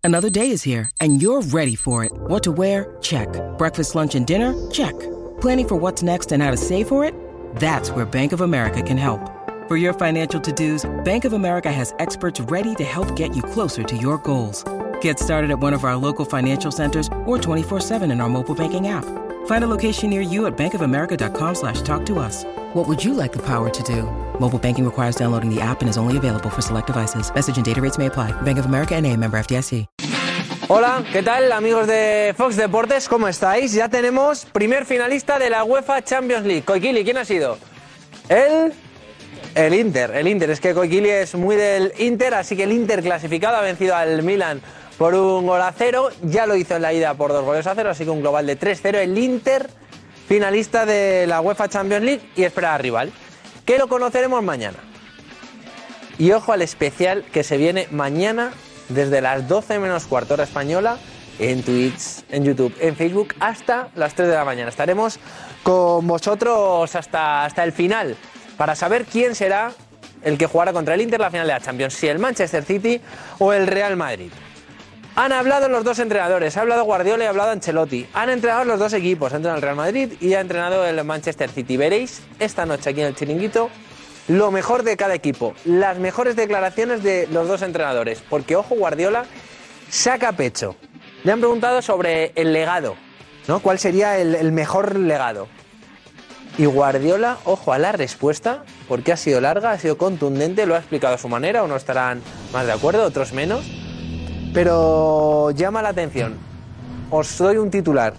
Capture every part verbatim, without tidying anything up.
Another day is here, and you're ready for it. What to wear? Check. Breakfast, lunch, and dinner? Check. Planning for what's next and how to save for it? That's where Bank of America can help. For your financial to-dos, Bank of America has experts ready to help get you closer to your goals. Get started at one of our local financial centers or twenty-four seven in our mobile banking app. Find a location near you at bankofamerica.com slash talk to us. What would you like the power to do? Mobile banking requires downloading the app and is only available for select devices. Message and data rates may apply. Bank of America N A, member F D I C. Hola, ¿qué tal, amigos de Fox Deportes? ¿Cómo estáis? Ya tenemos primer finalista de la UEFA Champions League. Koikili, ¿quién ha sido? El... El Inter, el Inter. Es que Koikili es muy del Inter, así que el Inter clasificado ha vencido al Milan por un gol a cero. Ya lo hizo en la ida por dos goles a cero, así que un global de tres cero. El Inter, finalista de la UEFA Champions League y espera al rival, que lo conoceremos mañana. Y ojo al especial que se viene mañana desde las doce menos cuarto hora española en Twitch, en YouTube, en Facebook hasta las tres de la mañana. Estaremos con vosotros hasta, hasta el final para saber quién será el que jugará contra el Inter la final de la Champions, si el Manchester City o el Real Madrid. Han hablado los dos entrenadores, ha hablado Guardiola y ha hablado Ancelotti. Han entrenado los dos equipos, ha entrenado el Real Madrid y ha entrenado el Manchester City. Veréis esta noche aquí en el Chiringuito lo mejor de cada equipo, las mejores declaraciones de los dos entrenadores, porque ojo, Guardiola saca pecho. Le han preguntado sobre el legado, ¿no? ¿Cuál sería el, el mejor legado? Y Guardiola, ojo a la respuesta, porque ha sido larga, ha sido contundente, lo ha explicado a su manera, unos estarán más de acuerdo, otros menos, pero llama la atención. Os doy un titular.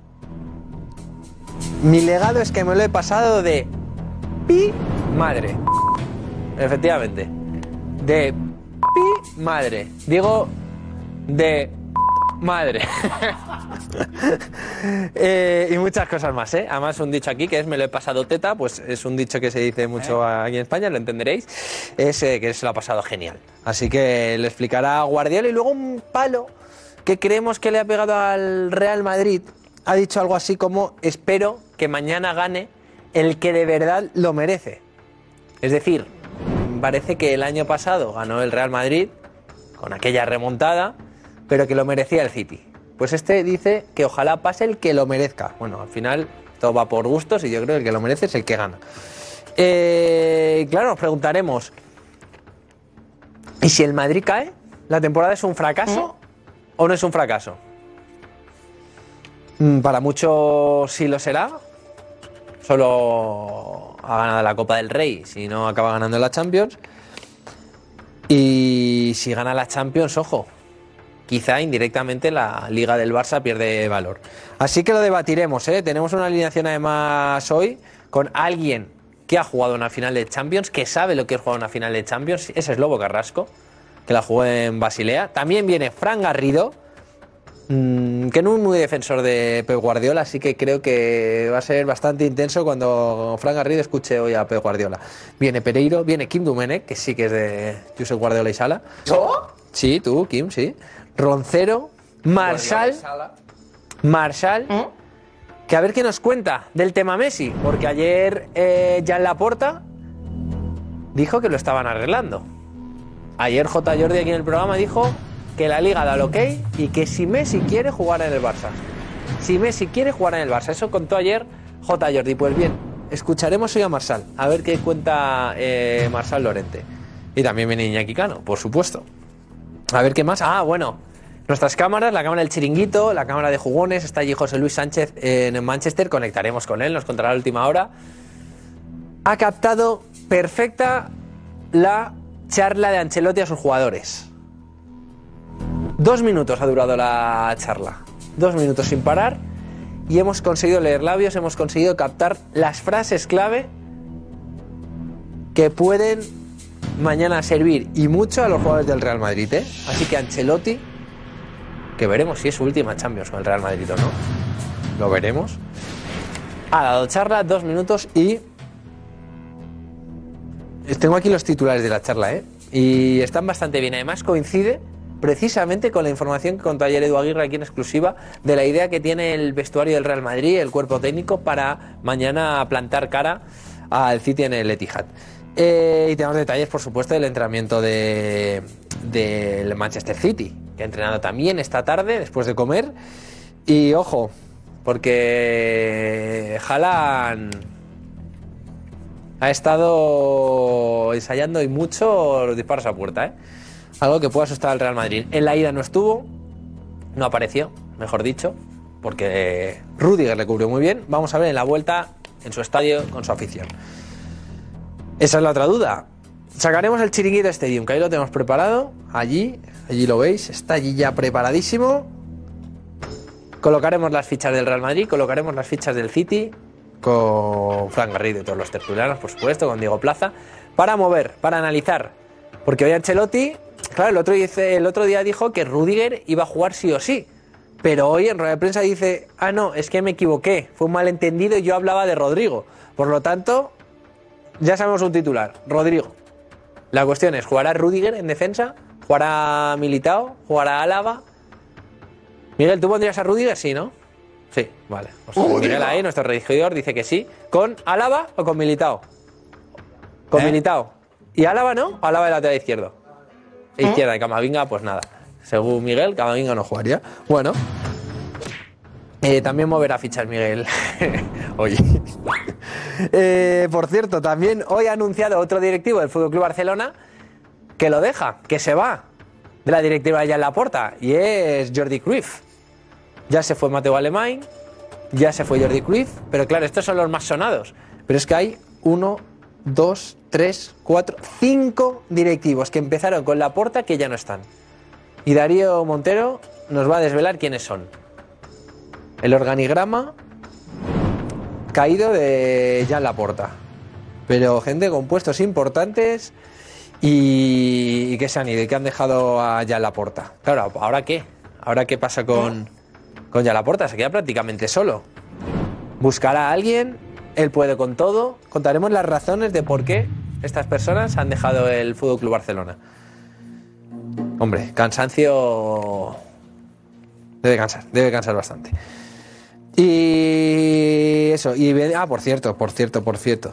Mi legado es que me lo he pasado de pi madre. Efectivamente. De pi madre. Digo, de madre. eh, y muchas cosas más, ¿eh? Además un dicho aquí que es me lo he pasado teta, pues es un dicho que se dice mucho aquí en España, lo entenderéis, es eh, que se lo ha pasado genial. Así que le explicará a Guardiola. Y luego un palo que creemos que le ha pegado al Real Madrid. Ha dicho algo así como: espero que mañana gane el que de verdad lo merece. Es decir, parece que el año pasado ganó el Real Madrid con aquella remontada, pero que lo merecía el City. Pues este dice que ojalá pase el que lo merezca. Bueno, al final todo va por gustos y yo creo que el que lo merece es el que gana. Eh, claro, nos preguntaremos, ¿y si el Madrid cae? ¿La temporada es un fracaso o no es un fracaso? Para muchos sí lo será. Solo ha ganado la Copa del Rey, si no acaba ganando la Champions. Y si gana la Champions, ojo, quizá indirectamente la Liga del Barça pierde valor. Así que lo debatiremos, ¿eh? Tenemos una alineación además hoy con alguien que ha jugado una final de Champions, que sabe lo que es jugar una final de Champions. Ese es Lobo Carrasco, que la jugó en Basilea. También viene Fran Garrido, mmm, que no es muy defensor de Pep Guardiola, así que creo que va a ser bastante intenso cuando Fran Garrido escuche hoy a Pep Guardiola. Viene Pereiro, viene Kim Domenech, que sí que es de Josep Guardiola y Sala. ¿Yo? Sí, tú, Kim, sí. Roncero, Marshall, Marshall, ¿eh? Que a ver qué nos cuenta del tema Messi, porque ayer eh, Jan Laporta dijo que lo estaban arreglando. Ayer J. Jordi aquí en el programa dijo que la Liga da el ok y que si Messi quiere jugar en el Barça, si Messi quiere jugar en el Barça, eso contó ayer J. Jordi. Pues bien, escucharemos hoy a Marshall, a ver qué cuenta eh, Marshall Lorente. Y también viene Iñaki Cano, por supuesto. A ver qué más. Ah, bueno, nuestras cámaras, la cámara del Chiringuito, la cámara de Jugones, está allí José Luis Sánchez en Manchester, conectaremos con él, nos contará la última hora. Ha captado perfecta la charla de Ancelotti a sus jugadores. Dos minutos ha durado la charla, dos minutos sin parar, y hemos conseguido leer labios, hemos conseguido captar las frases clave que pueden mañana servir y mucho a los jugadores del Real Madrid, ¿eh? Así que Ancelotti, que veremos si es su última Champions con el Real Madrid o no, lo veremos, ha dado charla, dos minutos, y tengo aquí los titulares de la charla, ¿eh? Y están bastante bien, además coincide precisamente con la información que contó ayer Edu Aguirre aquí en exclusiva de la idea que tiene el vestuario del Real Madrid, el cuerpo técnico, para mañana plantar cara al City en el Etihad. Eh, y tenemos detalles, por supuesto, del entrenamiento de del Manchester City, que ha entrenado también esta tarde después de comer. Y ojo, porque Haaland ha estado ensayando y mucho los disparos a puerta, ¿eh? Algo que puede asustar al Real Madrid. En la ida no estuvo, no apareció, mejor dicho, porque Rüdiger le cubrió muy bien. Vamos a ver en la vuelta en su estadio con su afición. Esa es la otra duda. Sacaremos el Chiringuito Stadium, que ahí lo tenemos preparado. Allí, allí lo veis, está allí ya preparadísimo. Colocaremos las fichas del Real Madrid, colocaremos las fichas del City, con Fran Garrido y todos los tertulianos, por supuesto, con Diego Plaza, para mover, para analizar. Porque hoy Ancelotti, claro, el otro, dice, el otro día dijo que Rüdiger iba a jugar sí o sí. Pero hoy en rueda de prensa dice, ah, no, es que me equivoqué, fue un malentendido y yo hablaba de Rodrigo. Por lo tanto, ya sabemos un titular, Rodrigo. La cuestión es, ¿jugará Rüdiger en defensa? ¿Jugará Militao? ¿Jugará Álava? Miguel, ¿tú pondrías a Rüdiger? Sí, ¿no? Sí, vale. Pues uh, Miguel ahí, nuestro regidor, dice que sí. ¿Con Álava o con Militao? Con ¿Eh? Militao. ¿Y Álava no? ¿O Álava de lateral izquierdo? ¿Eh? Izquierda, y Camavinga, pues nada. Según Miguel, Camavinga no jugaría. Bueno. Eh, también moverá fichas Miguel. Oye. eh, por cierto, también hoy ha anunciado otro directivo del F C Barcelona que lo deja, que se va de la directiva de Joan Laporta, y es Jordi Cruyff. Ya se fue Mateu Alemany, ya se fue Jordi Cruyff, pero claro, estos son los más sonados. Pero es que hay uno, dos, tres, cuatro, cinco directivos que empezaron con Laporta que ya no están. Y Darío Montero nos va a desvelar quiénes son. El organigrama caído de Joan Laporta. Pero gente con puestos importantes y, y que se han ido y que han dejado a Joan Laporta. Claro, ¿ahora qué? ¿Ahora qué pasa con, con Joan Laporta? Se queda prácticamente solo. Buscará a alguien, él puede con todo. Contaremos las razones de por qué estas personas han dejado el F C Barcelona. Hombre, cansancio... Debe cansar, debe cansar bastante. Y eso, y ah, por cierto, por cierto, por cierto.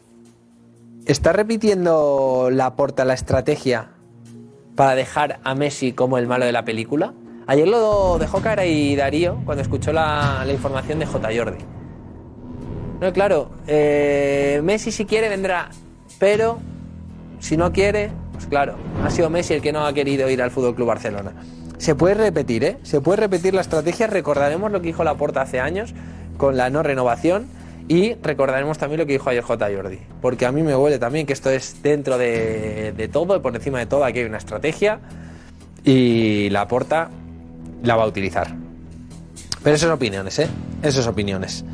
¿Está repitiendo Laporta la estrategia para dejar a Messi como el malo de la película? Ayer lo dejó caer ahí Darío cuando escuchó la, la información de J. Jordi. No, claro, eh, Messi si quiere vendrá, pero si no quiere, pues claro, ha sido Messi el que no ha querido ir al F C Barcelona. Se puede repetir, ¿eh? Se puede repetir la estrategia. Recordaremos lo que dijo Laporta hace años con la no renovación y recordaremos también lo que dijo ayer J. Jordi. Porque a mí me huele también que esto es dentro de, de todo y por encima de todo aquí hay una estrategia y Laporta la va a utilizar. Pero eso es opiniones, ¿eh? Eso es opiniones.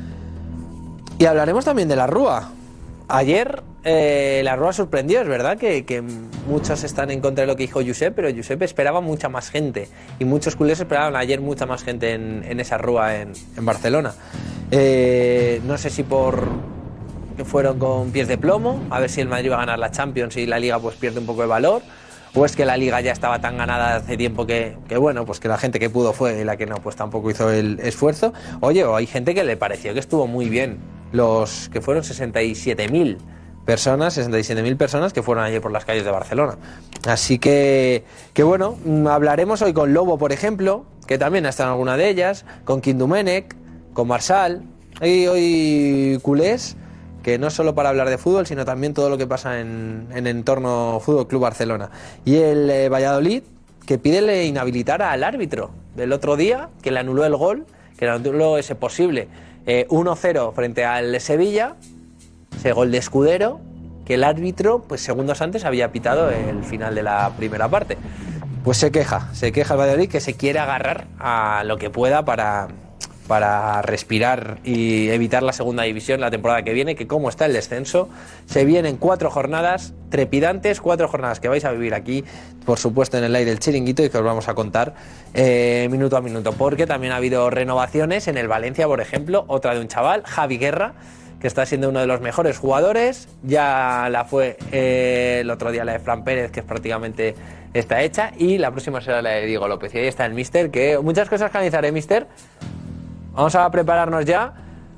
Y hablaremos también de la Rúa. Ayer eh, la Rúa sorprendió, es verdad que, que muchos están en contra de lo que dijo Josep, pero Josep esperaba mucha más gente y muchos culés esperaban ayer mucha más gente en, en esa Rúa en, en Barcelona. Eh, no sé si por que fueron con pies de plomo, a ver si el Madrid va a ganar la Champions y la Liga pues pierde un poco de valor, o es que la Liga ya estaba tan ganada hace tiempo que, que bueno, pues que la gente que pudo fue y la que no pues tampoco hizo el esfuerzo. Oye, o hay gente que le pareció que estuvo muy bien, los que fueron sesenta y siete mil personas, sesenta y siete mil personas que fueron ayer por las calles de Barcelona. Así que, que bueno, hablaremos hoy con Lobo, por ejemplo, que también ha estado en alguna de ellas, con Quim Domènech, con Marsal. Hay hoy culés que no solo para hablar de fútbol, sino también todo lo que pasa en, en entorno F C Barcelona. Y el eh, Valladolid, que pide inhabilitar al árbitro del otro día, que le anuló el gol, que le anuló ese posible eh, uno cero frente al Sevilla, ese gol de Escudero, que el árbitro, pues segundos antes, había pitado el final de la primera parte. Pues se queja, se queja el Valladolid, que se quiere agarrar a lo que pueda para... para respirar y evitar la segunda división la temporada que viene, que como está el descenso, se vienen cuatro jornadas trepidantes, cuatro jornadas que vais a vivir aquí, por supuesto en el aire del Chiringuito, y que os vamos a contar eh, minuto a minuto, porque también ha habido renovaciones en el Valencia, por ejemplo, otra de un chaval, Javi Guerra, que está siendo uno de los mejores jugadores, ya la fue eh, el otro día la de Fran Pérez, que es prácticamente está hecha, y la próxima será la de Diego López, y ahí está el míster, que muchas cosas que analizar, ¿eh, míster? Vamos a prepararnos ya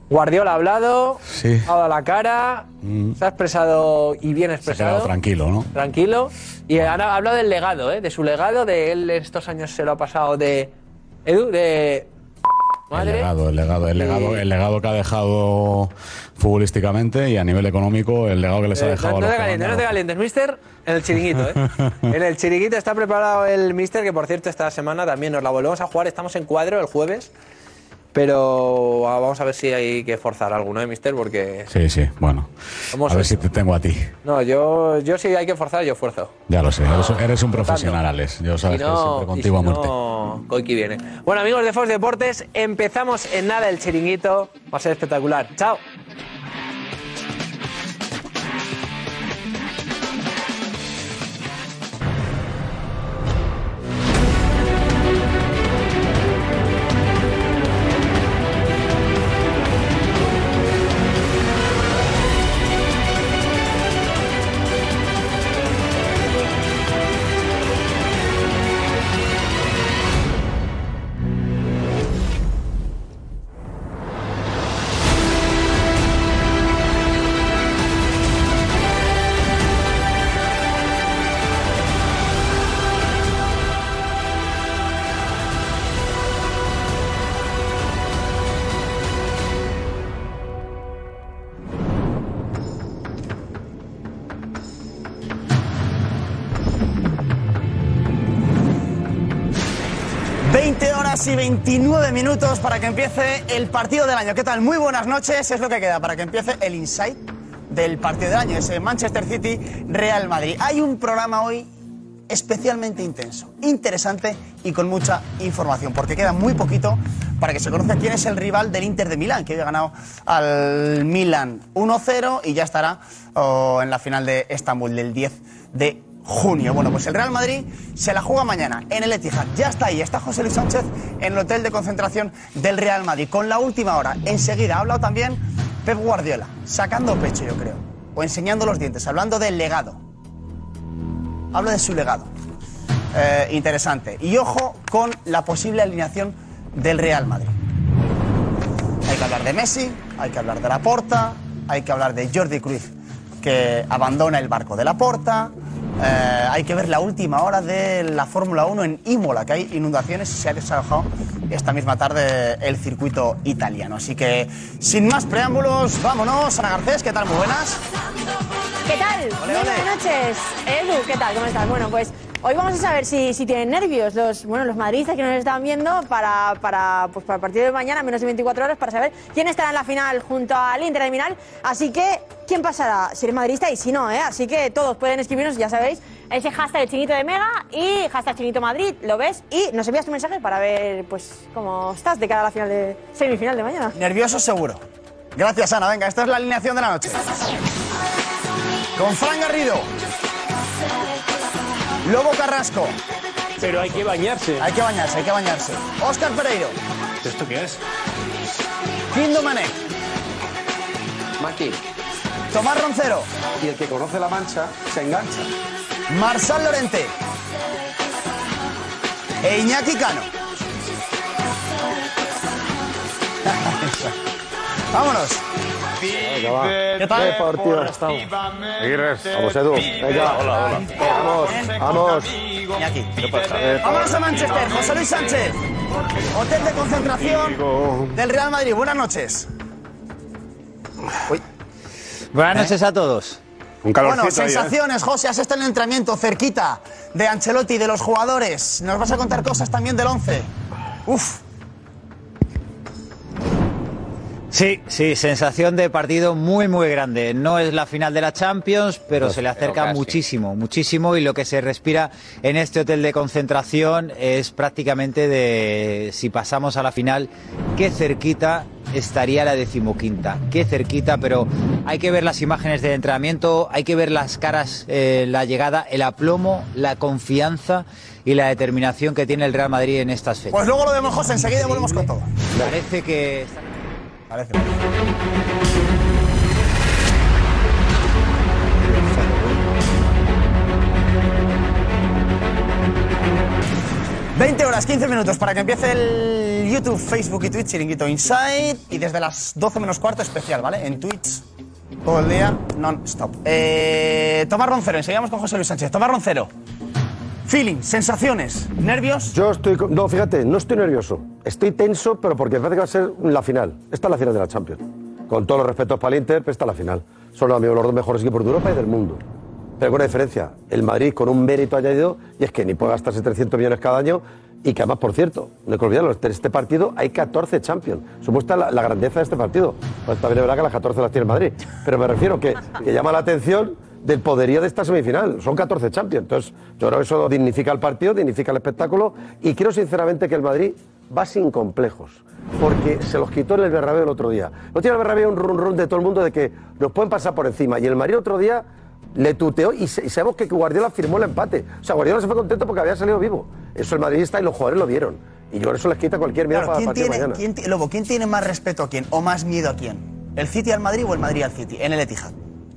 Guardiola ha hablado, sí. ha dado la cara, mm. se ha expresado y bien expresado. Se ha quedado tranquilo, ¿no? Tranquilo. Y ha hablado del legado, ¿eh? De su legado, de él estos años se lo ha pasado de... Edu, de... Madre. El legado, el legado, el legado, el legado que ha dejado futbolísticamente y a nivel económico, el legado que les ha dejado eh, no, a los te calientes, no te calientes, mister. En el chiringuito, ¿eh? En el chiringuito está preparado el mister, que por cierto esta semana también nos la volvemos a jugar. Estamos en cuadro el jueves. Pero vamos a ver si hay que forzar alguno, ¿eh, mister? Porque... Sí, sí, bueno. A ver eso? si te tengo a ti. No, yo, yo si hay que forzar, yo fuerzo. Ya lo sé, eres, eres un profesional, Alex. Yo sabes no, que siempre contigo si a muerte. No, Koiki viene. Bueno, amigos de Fox Deportes, empezamos en nada el chiringuito. Va a ser espectacular. ¡Chao! veinte horas y veintinueve minutos para que empiece el partido del año. ¿Qué tal? Muy buenas noches. Es lo que queda para que empiece el insight del partido del año, ese Manchester City-Real Madrid. Hay un programa hoy especialmente intenso, interesante y con mucha información, porque queda muy poquito para que se conozca quién es el rival del Inter de Milán, que hoy ha ganado al Milan uno cero y ya estará oh, en la final de Estambul del diez de junio. Bueno, pues el Real Madrid se la juega mañana en el Etihad. Ya está ahí, está José Luis Sánchez en el hotel de concentración del Real Madrid con la última hora. Enseguida ha hablado también Pep Guardiola, sacando pecho, yo creo, o enseñando los dientes, hablando del legado. Habla de su legado. Eh, interesante. Y ojo con la posible alineación del Real Madrid. Hay que hablar de Messi, hay que hablar de Laporta, hay que hablar de Jordi Cruyff, que abandona el barco de Laporta. Eh, hay que ver la última hora de la Fórmula uno en Imola, que hay inundaciones y se ha desarrollado esta misma tarde el circuito italiano. Así que, sin más preámbulos, vámonos. Ana Garcés, ¿qué tal? Muy buenas. ¿Qué tal? Ole, Muy ole. buenas noches. Edu, ¿qué tal? ¿Cómo estás? Bueno, pues hoy vamos a saber si, si tienen nervios los, bueno, los madridistas que nos están viendo para, para, pues para el partido de mañana, menos de veinticuatro horas, para saber quién estará en la final junto al Inter de Milán. Así que, ¿quién pasará? Si eres madridista y si no, ¿eh? Así que todos pueden escribirnos, ya sabéis, ese hashtag el Chiringuito de Mega y hashtag Chiringuito Madrid, lo ves, y nos envías tu mensaje para ver, pues, cómo estás de cara a la final de semifinal de mañana. Nervioso seguro. Gracias, Ana. Venga, esta es la alineación de la noche. Con Fran Garrido, Lobo Carrasco. Pero hay que bañarse. Hay que bañarse, hay que bañarse. Óscar Pereiro. ¿Esto qué es? Kim Domenech. Maki. Tomás Roncero. Y el que conoce la mancha se engancha. Marsal Lorente. E Iñaki Cano. Vámonos. ¿Qué tal? Aguirre, vamos Edu. Venga, hola, hola. Vamos, vamos. Iñaki. Vámonos a Manchester. José Luis Sánchez. Hotel de concentración del Real Madrid. Buenas noches. Uy. Buenas noches a todos. Un calorcito Bueno, ahí, sensaciones, José. Has estado en el entrenamiento cerquita de Ancelotti, de los jugadores. Nos vas a contar cosas también del once. Uf. Sí, sí, sensación de partido muy, muy grande. No es la final de la Champions, pero Pues, se le acerca pero casi. muchísimo, muchísimo. Y lo que se respira en este hotel de concentración es prácticamente de, si pasamos a la final, qué cerquita estaría la decimoquinta. Qué cerquita, pero hay que ver las imágenes del entrenamiento, hay que ver las caras, eh, la llegada, el aplomo, la confianza y la determinación que tiene el Real Madrid en estas fechas. Pues luego lo vemos, José. Enseguida volvemos con todo. Parece que... Parece. veinte horas, quince minutos para que empiece el YouTube, Facebook y Twitch, Chiringuito Inside. Y desde las doce menos cuarto especial, ¿vale? En Twitch, todo el día, non-stop. Eh, Tomás Roncero, enseguidamos con José Luis Sánchez. Tomás Roncero, feeling, sensaciones, nervios. Yo estoy... No, fíjate, no estoy nervioso. Estoy tenso, pero porque parece que va a ser la final. Esta es la final de la Champions. Con todos los respetos para el Inter, pero esta es la final. Son los amigos, los dos mejores equipos de Europa y del mundo. Pero con una diferencia, el Madrid con un mérito añadido, y es que ni puede gastarse trescientos millones cada año, y que además, por cierto, no hay que olvidarlo, en este partido hay catorce Champions. Supuesta la, la grandeza de este partido. Pues también es verdad que las catorce las tiene el Madrid. Pero me refiero que, que llama la atención del poderío de esta semifinal. Son catorce Champions. Entonces, yo creo que eso dignifica el partido, dignifica el espectáculo, y creo sinceramente que el Madrid va sin complejos. Porque se los quitó en el Bernabéu el otro día. No tiene el Bernabéu un run run de todo el mundo de que nos pueden pasar por encima. Y el Madrid otro día le tuteó y, se, y sabemos que Guardiola firmó el empate. O sea, Guardiola se fue contento porque había salido vivo. Eso el madridista y los jugadores lo vieron. Y yo eso les quita cualquier miedo Claro, para el ¿quién partido tiene, mañana. quién, Lobo, ¿quién tiene más respeto a quién o más miedo a quién? ¿El City al Madrid o el Madrid al City? En el Etihad.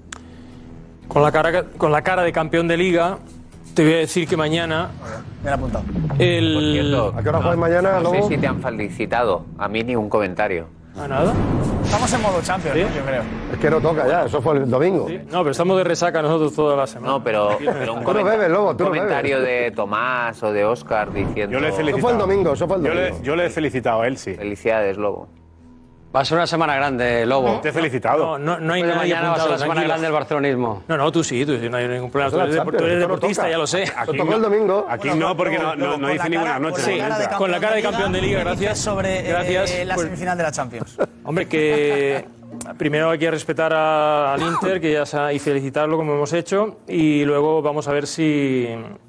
Con la cara, con la cara de campeón de Liga, te voy a decir que mañana... Me lo he apuntado. El... Por cierto, ¿A qué hora juegas mañana, no Lobo? sé si te han felicitado. A mí ni un comentario. ¿A nada? Estamos en modo Champions, ¿Sí? ¿no? Yo creo. Es que no toca ya, eso fue el domingo. Sí. No, pero estamos de resaca nosotros toda la semana. No, pero, pero un, Tú no bebes, Lobo, tú no comentario bebes. de Tomás o de Óscar diciendo... Yo le he Eso felicitado. fue el domingo, eso fue el Yo domingo. le, yo le he felicitado a él, sí. Felicidades, Lobo. Va a ser una semana grande, Lobo. Te he felicitado. No, no, no hay Después de nadie mañana va a ser apuntado, una semana tranquilo. grande del barcelonismo. No, no, tú sí, tú sí, no hay ningún problema. Tú Eso eres, es la depor- tú eres Champions, eso no deportista, toca. ya lo sé. Lo tocó el domingo. Aquí Bueno, no, porque no, luego, no, no con hice la ninguna cara- noche. con la cara de Con la cara de campeón de Liga, ¿qué dices gracias. sobre eh, Gracias, la pues- semifinal de la Champions. Hombre, que primero hay que respetar a- al Inter que ya sa- y felicitarlo como hemos hecho, y luego vamos a ver si,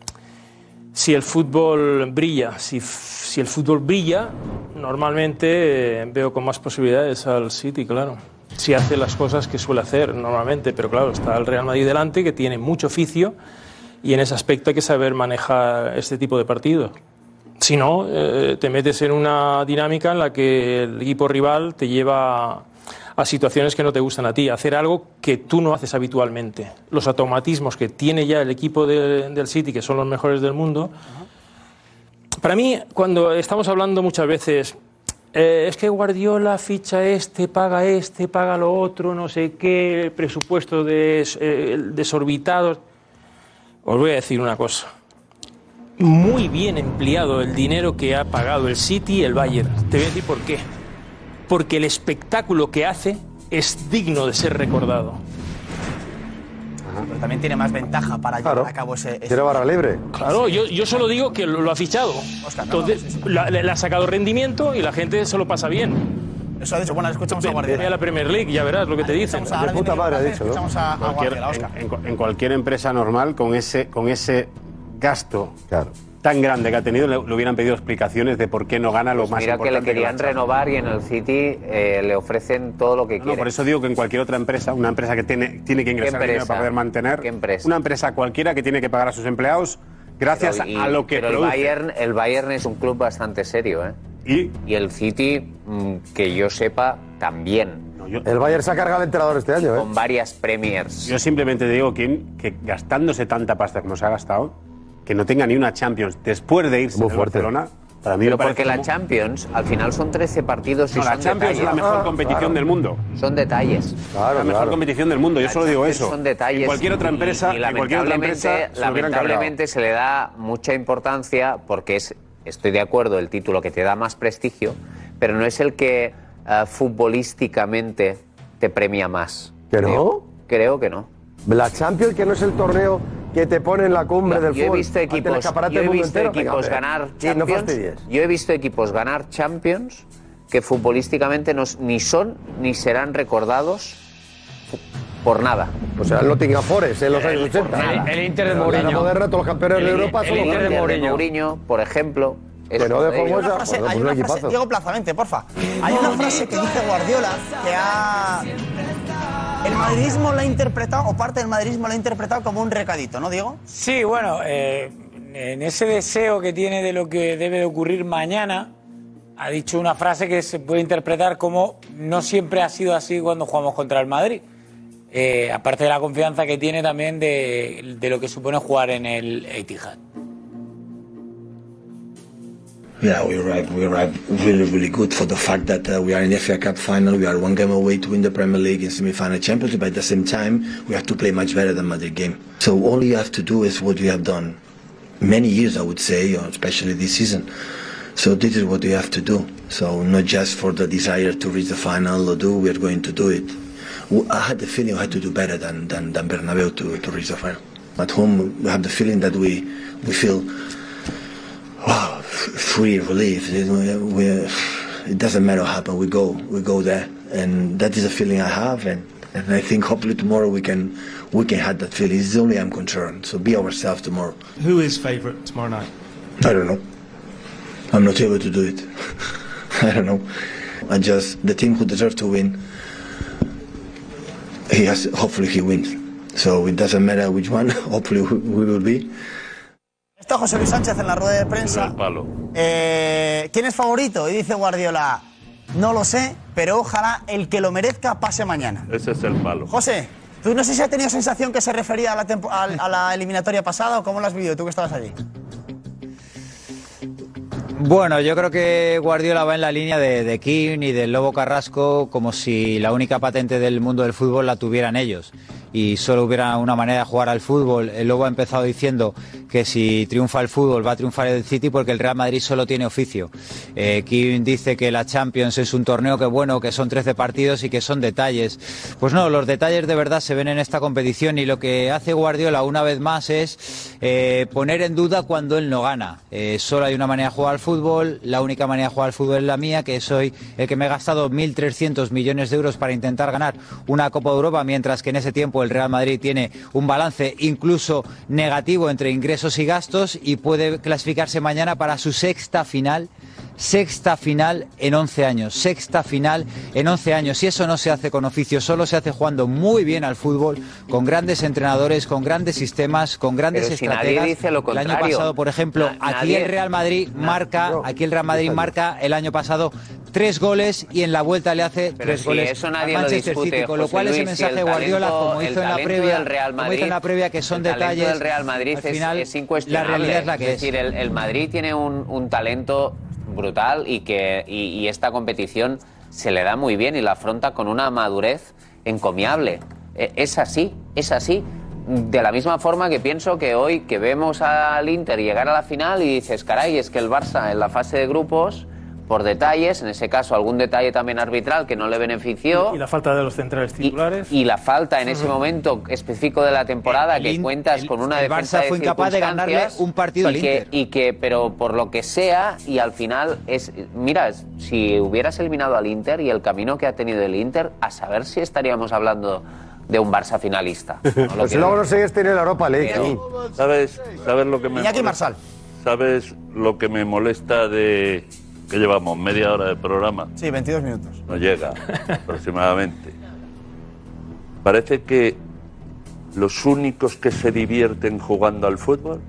si el fútbol brilla. Si, f- si el fútbol brilla, normalmente eh, veo con más posibilidades al City, claro. Si hace las cosas que suele hacer normalmente, pero claro, está el Real Madrid delante, que tiene mucho oficio, y en ese aspecto hay que saber manejar este tipo de partidos. Si no, eh, te metes en una dinámica en la que el equipo rival te lleva a situaciones que no te gustan a ti, a hacer algo que tú no haces habitualmente. Los automatismos que tiene ya el equipo de- del City, que son los mejores del mundo. Para mí, cuando estamos hablando muchas veces, eh, es que Guardiola ficha este, paga este, paga lo otro, no sé qué, presupuesto des, eh, desorbitado. Os voy a decir una cosa. Muy bien empleado el dinero que ha pagado el City y el Bayern. Te voy a decir por qué. Porque el espectáculo que hace es digno de ser recordado. Pero también tiene más ventaja para llevar Claro. a cabo ese... ese- Tiene barra libre. Claro, yo, yo solo digo que lo, lo ha fichado. Oscar, no, no, Entonces, sí, sí. la- le, le ha sacado rendimiento y la gente se lo pasa bien. Eso ha dicho. Bueno, ahora escuchamos a Ve, ve Guardiola. a la Premier League, ya verás lo que te dicen. Escuchamos a- ahora De puta viene madre ha Guardiola, dicho, ¿no? Escuchamos a, a Cualquier- Guardiola, Oscar. en, en- en cualquier empresa normal, con ese, con ese gasto Claro. tan grande que ha tenido, le, le hubieran pedido explicaciones de por qué no gana lo Pues más mira que importante. le querían la Champions. renovar y en el City eh, le ofrecen todo lo que No, quiere. por eso digo que en cualquier otra empresa, una empresa que tiene, tiene que ingresar dinero empresa? para poder mantener, ¿Qué empresa? una empresa cualquiera que tiene que pagar a sus empleados gracias Pero y- a lo que pero el produce. Bayern, el Bayern es un club bastante serio, ¿eh? Y Y el City, mm, que yo sepa, también. no, yo, El Bayern se ha cargado al entrenador este año, ¿eh? Con varias Premiers. yo simplemente digo que, que gastándose tanta pasta como se ha gastado, que no tenga ni una Champions después de irse Muy del fuerte. Barcelona, para mí Pero me parece porque la como- Champions, al final son trece partidos y No, la son Champions es la detalles. mejor Ah, competición claro. del mundo. Son detalles. Claro, la mejor claro. competición del mundo, yo La solo digo Champions eso. Son detalles. En cualquier otra y- empresa, y en cualquier otra empresa lamentablemente, se lo hubieran cargado. lamentablemente se le da mucha importancia porque es, estoy de acuerdo, el título que te da más prestigio, pero no es el que eh, futbolísticamente te premia más. ¿Que no? Creo, creo que no. La Champions, que no es el torneo que te pone en la cumbre del Yo he fútbol. visto ante el equipos, escaparate yo he del mundo visto entero. Venga, equipos hombre. ganar Sí, no Champions. fastidies. Yo he visto equipos ganar Champions que futbolísticamente no, ni son ni serán recordados por nada. O sea, el Nottingham Forest en los años ochenta. nada. El Inter de Pero en la era Mourinho. moderna, todos los campeones El- de Europa el son los Inter de grandes. Mourinho. Mourinho, por ejemplo, es Que no uno de dejó ellos. huella. Hay una frase, Joder, hay pues una un frase- equipazo. Diego, plazamente, porfa. Hay una frase que dice Guardiola que ha... El madridismo lo ha interpretado, o parte del madridismo lo ha interpretado como un recadito, ¿no, Diego? Sí, bueno, eh, en ese deseo que tiene de lo que debe de ocurrir mañana, ha dicho una frase que se puede interpretar como no siempre ha sido así cuando jugamos contra el Madrid. Eh, aparte de la confianza que tiene también de, de lo que supone jugar en el Etihad. Yeah, we arrived. We arrived really, really good for the fact that uh, we are in the F A Cup final. We are one game away to win the Premier League and semi-final championship. But at the same time, we have to play much better than Madrid game. So all you have to do is what you have done many years, I would say, or especially this season. So this is what you have to do. So not just for the desire to reach the final or do, we are going to do it. I had the feeling I had to do better than than, than Bernabeu to, to reach the final. At home, we have the feeling that we we feel. Wow, free, relief. We're, it doesn't matter what happens. We go, we go there, and that is a feeling I have, and, and I think hopefully tomorrow we can, we can have that feeling. It's only I'm concerned. So be ourselves tomorrow. Who is favourite tomorrow night? I don't know. I'm not able to do it. I don't know. I just the team who deserves to win. He has. Hopefully he wins. So it doesn't matter which one. Hopefully we, we will be. Está José Luis Sánchez en la rueda de prensa. Eh, ¿Quién es favorito? Y dice Guardiola, no lo sé, pero ojalá el que lo merezca pase mañana. Ese es el palo. José, tú no sé si has tenido sensación que se refería a la, tempo, a, a la eliminatoria pasada o cómo lo has vivido, tú que estabas allí. Bueno, yo creo que Guardiola va en la línea de, de Kim y del Lobo Carrasco, como si la única patente del mundo del fútbol la tuvieran ellos y solo hubiera una manera de jugar al fútbol. El Lobo ha empezado diciendo que si triunfa el fútbol va a triunfar el City porque el Real Madrid solo tiene oficio. Eh, Kim dice que la Champions es un torneo que bueno, que son trece partidos y que son detalles. Pues no, los detalles de verdad se ven en esta competición y lo que hace Guardiola una vez más es eh, poner en duda cuando él no gana. Eh, solo hay una manera de jugar al fútbol, la única manera de jugar al fútbol es la mía, que soy el que me he gastado mil trescientos millones de euros para intentar ganar una Copa de Europa, mientras que en ese tiempo el Real Madrid tiene un balance incluso negativo entre ingresos y gastos y puede clasificarse mañana para su sexta final. Sexta final en once años, sexta final en once años. Y eso no se hace con oficio, solo se hace jugando muy bien al fútbol, con grandes entrenadores, con grandes sistemas, con grandes Pero si estrategas. nadie dice lo el año contrario. pasado, por ejemplo, Na- aquí nadie- el Real Madrid Na- marca, no. aquí el Real Madrid marca el año pasado tres goles y en la vuelta le hace Pero tres si goles eso al nadie lo Manchester discute, City, con lo José cual ese Luis, y mensaje el de Guardiola, talento- como el hizo en la talento previa, del Real como hizo Madrid- en la previa, que son el talento detalles. del Real Madrid al es, final, es incuestionable. la realidad es la que es. decir, el, el Madrid tiene un, un talento brutal y que y, y esta competición se le da muy bien y la afronta con una madurez encomiable. E- Es así, es así. De la misma forma que pienso que hoy que vemos al Inter llegar a la final y dices, caray, es que el Barça en la fase de grupos, por detalles, en ese caso algún detalle también arbitral que no le benefició, Y la falta de los centrales titulares. y la falta en ese Ujú. momento específico de la temporada El que In- cuentas el- con una el defensa Barça de fue incapaz de ganarle circunstancias un partido y al que, Inter. y que pero por lo que sea y al final es mira, si hubieras eliminado al Inter y el camino que ha tenido el Inter, a saber si estaríamos hablando de un Barça finalista. No lo Pero si quiero- luego no sigues teniendo la Europa League. Pero- sí. ¿Sabes, ¿Sabes lo que me Iñaki molesta? Marsal. ¿Sabes lo que me molesta de que llevamos media hora de programa? Sí, veintidós minutos. No llega, aproximadamente. Parece que los únicos que se divierten jugando al fútbol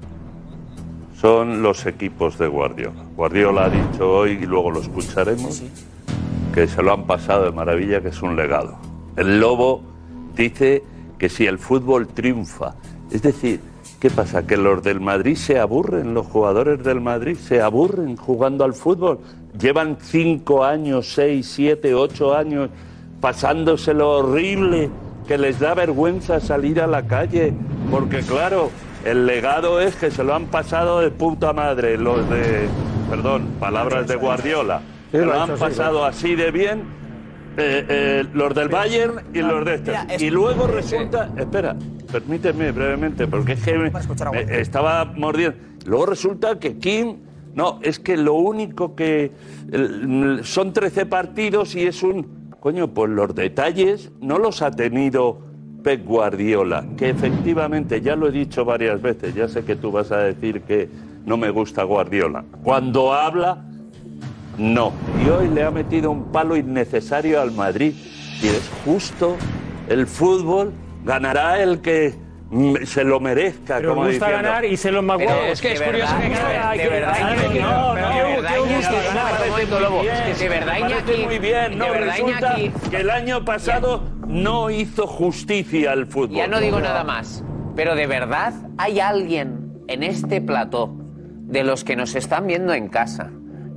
son los equipos de Guardiola. Guardiola ha dicho hoy, y luego lo escucharemos, que se lo han pasado de maravilla, que es un legado. El Lobo dice que si el fútbol triunfa, es decir, ¿qué pasa? ¿Que los del Madrid se aburren? ¿Los jugadores del Madrid se aburren jugando al fútbol? Llevan cinco años, seis, siete, ocho años pasándoselo horrible, que les da vergüenza salir a la calle, porque claro, el legado es que se lo han pasado de puta madre los de, perdón, palabras de Guardiola, Sí, se lo lo ha han hecho, sí, pasado así de bien. Eh, eh, los del Bayern y los de estos. Mira, es- Y luego resulta, espera, permíteme brevemente, porque es que me, me estaba mordiendo. Luego resulta que Kim, no, es que lo único que el- son trece partidos y es un, coño, pues los detalles no los ha tenido Pep Guardiola, que efectivamente, ya lo he dicho varias veces, ya sé que tú vas a decir que no me gusta Guardiola. Cuando habla, no. Y hoy le ha metido un palo innecesario al Madrid. Y es justo, el fútbol ganará el que mm, se lo merezca, Pero como gusta diciendo. ganar y ser los más Pero guapos. es que es curioso que Gusta- de verdad, que- Iñaki, no, no, pero no, de verdad, que gusta Iñaki, ganar. un momento, Lobo, es que de verdad, Me parece Iñaki, muy bien, no, de verdad, resulta Iñaki- que el año pasado no hizo justicia al fútbol. Ya no digo nada más, pero de verdad hay alguien en este plató de los que nos están viendo en casa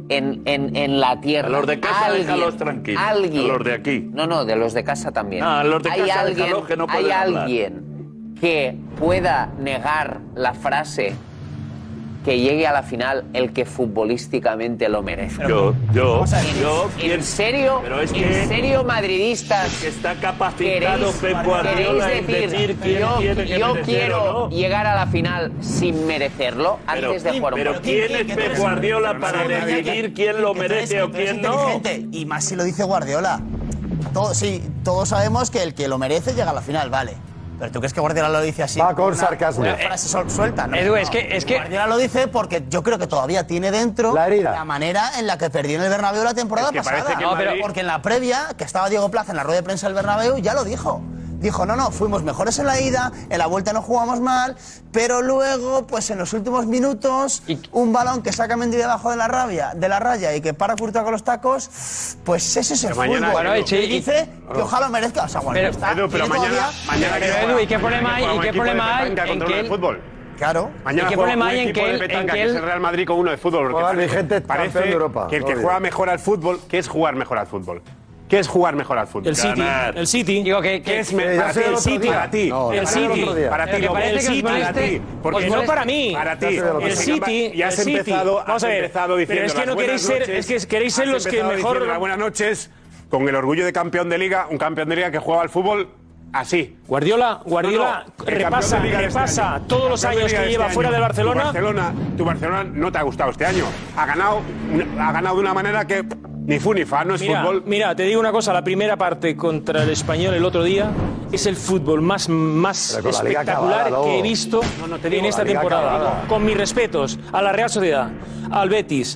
en, en, en la tierra. A los de casa alguien, déjalos tranquilos. Alguien. A los de aquí. No, no, de los de casa también. Ah, a los de hay casa alguien, déjalos que no hay pueden hablar. alguien que pueda negar la frase que llegue a la final el que futbolísticamente lo merece. Yo, yo, ¿En, yo, ¿en ¿quién- serio? pero es ¿En que- serio, madridistas? que está capacitado ¿Queréis, Pep Guardiola queréis en decir, decir quién yo, tiene que yo merecer quiero o no? llegar a la final sin merecerlo Pero, antes de jugar un pero partido? ¿quién es Pep Guardiola para decidir quién lo merece o quién no? Y más si lo dice Guardiola. Todo, sí, todos sabemos que el que lo merece llega a la final, vale. Pero ¿tú crees que Guardiola lo dice así? Va con Una- sarcasmo. Una frase sol- suelta, ¿no? Edu, es No. que- es que- Guardiola lo dice porque yo creo que todavía tiene dentro La herida. manera en la que perdió en el Bernabéu la temporada Es que pasada. parece que el No, pero Madrid- porque en la previa, que estaba Diego Plaza en la rueda de prensa del Bernabéu, ya lo dijo. Dijo, no, no, fuimos mejores en la ida, en la vuelta no jugamos mal, pero luego, pues en los últimos minutos, un balón que saca Mendy debajo de la rabia, de la raya y que para Courtois con los tacos, pues ese es el Pero mañana- fútbol. Bueno, y sí, y- dice que ojalá merezca. O sea, bueno, Pero- está, Edu, pero tiene mañana, todavía- mañana Pero, que Edu, ¿y qué problema hay- juega y un qué equipo de problema hay petanca en contra que uno él- de fútbol? Claro. Mañana ¿Y qué juega problema un hay en equipo que de él- en petanca que que es él- el Real Madrid con uno de fútbol. Porque Joder, mi parece, gente, parece campeón de Europa. que el No que olvides. juega mejor al fútbol, ¿qué es jugar mejor al fútbol? ¿Qué es jugar mejor al fútbol? El City. Ganar. El City. Digo que, ¿Qué que es me- Eh, ya para sé ti? el El otro City. día. Para ti. No, El ya sé el City. otro día. Para ti. El que no. parece El que os City. moleste- Para ti. Porque Pues no para mí. Para ti. Ya sé el otro Porque El día. City. Ya has el City. empezado, Vamos has a ver. empezado diciendo Pero es que las no queréis buenas ser, noches, es que queréis ser has los que empezado mejor. diciendo las buenas noches con el orgullo de campeón de liga, un campeón de liga que juega al fútbol así. Guardiola, Guardiola No, no, el repasa, campeón de liga de este repasa año. todos los Campeón de años liga que de lleva este fuera año. del Barcelona. Tu Barcelona, tu Barcelona no te ha gustado este año. Ha ganado, ha ganado de una manera que ni fu ni fa, no es Mira, fútbol. mira, te digo una cosa, la primera parte contra el Español el otro día es el fútbol más, más Pero con la liga espectacular acabada, Lobo. que he visto No, no te digo, en esta la liga temporada. acabada. Con mis respetos a la Real Sociedad, al Betis,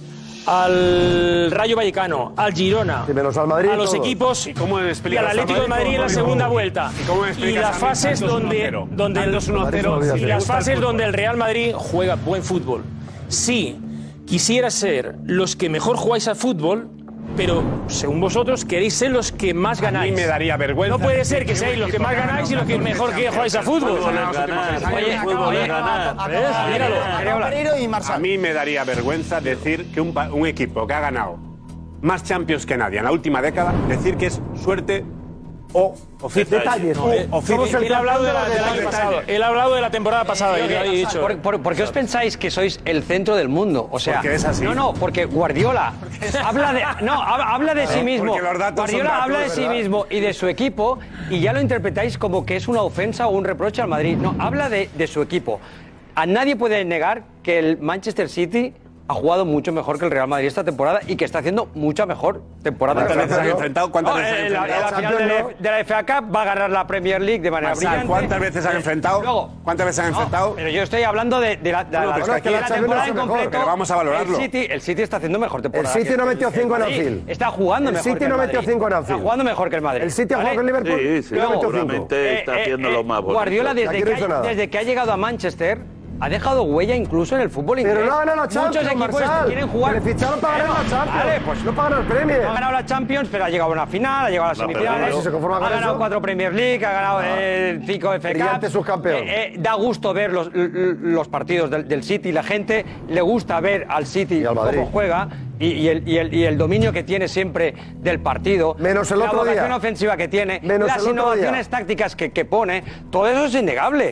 al Rayo Vallecano, al Girona, Y menos al Madrid, a los todos. equipos ¿Y cómo y explicas al al Atlético de Madrid en la con- segunda vuelta. ¿Y cómo me Y explicas las a mí fases tantos donde, uno cero? donde, el, Tantos uno cero, Madrid, y las gusta el fases fútbol. donde el Real Madrid juega buen fútbol. Sí, quisiera ser los que mejor jugáis al fútbol, pero según vosotros queréis ser los que más ganáis. A mí me daría vergüenza No puede decir ser que que seáis un los que equipo más que ha ganáis y los ganado que mejor que jugáis al fútbol. Fútbol es ganar. Oye, El fútbol oye, es ganar. ¿Ves? Míralo. Pereiro y Marsal. A mí me daría vergüenza decir que un, pa- un equipo que ha ganado más Champions que nadie en la última década, decir que es suerte o oficio. Detalles. O Eh, oficio. somos el Él ha hablado de la, campeón del de año los pasado. detalles. Él ha hablado de la temporada pasada y lo ha dicho. ¿Por, por, por qué os pensáis que sois el centro del mundo? O sea, Porque es así. No, no, porque Guardiola habla de, no, hab- habla de sí mismo. Porque los datos son Guardiola datos, habla de sí ¿verdad? mismo y de su equipo y ya lo interpretáis como que es una ofensa o un reproche al Madrid. No, habla de, de su equipo. A nadie puede negar que el Manchester City ha jugado mucho mejor que el Real Madrid esta temporada y que está haciendo mucha mejor temporada. ¿Cuántas que el veces han Real Madrid. enfrentado? ¿Cuántas No, veces han en la, en la enfrentado? final de la, de la F A Cup va a ganar la Premier League de manera Marsal, brillante. ¿cuántas veces han Eh, enfrentado? luego, ¿Cuántas veces han no, enfrentado? pero yo estoy hablando de, de la, de la- No, pero es que de aquí la la temporada Champions en es mejor, completo. pero vamos a valorarlo. El City, el City está haciendo mejor temporada. El City que no metió cinco en Madrid. Anfield. Está jugando El mejor City que el no metió Madrid. cinco en Anfield. Está jugando mejor que el Madrid. El City ha ¿vale? jugado con Liverpool. Sí, sí, y no metió cinco. seguramente está haciendo lo más bonito. Guardiola, desde Aquí no que, hizo ha, nada. desde que ha llegado a Manchester, ha dejado huella incluso en el fútbol inglés. Pero no ha ganado la Champions, Muchos equipos Marsal. quieren jugar. Que le ficharon para ganar la Champions. Vale, pues no para ganar el Premier. no ha ganado la Champions, pero ha llegado a una final, ha llegado a las No, pero semifinales. bueno, si se conforma ha con ganado eso. cuatro Premier League, ha ganado eh, cinco F A Cup. Brillante subcampeón. Eh, eh, da gusto ver los, l- los partidos del, del City. La gente le gusta ver al City al Madrid. cómo juega y, y el, y, el, y el dominio que tiene siempre del partido. Menos el la otro día. vocación ofensiva que tiene, Menos las el otro innovaciones día. tácticas que, que pone, todo eso es innegable.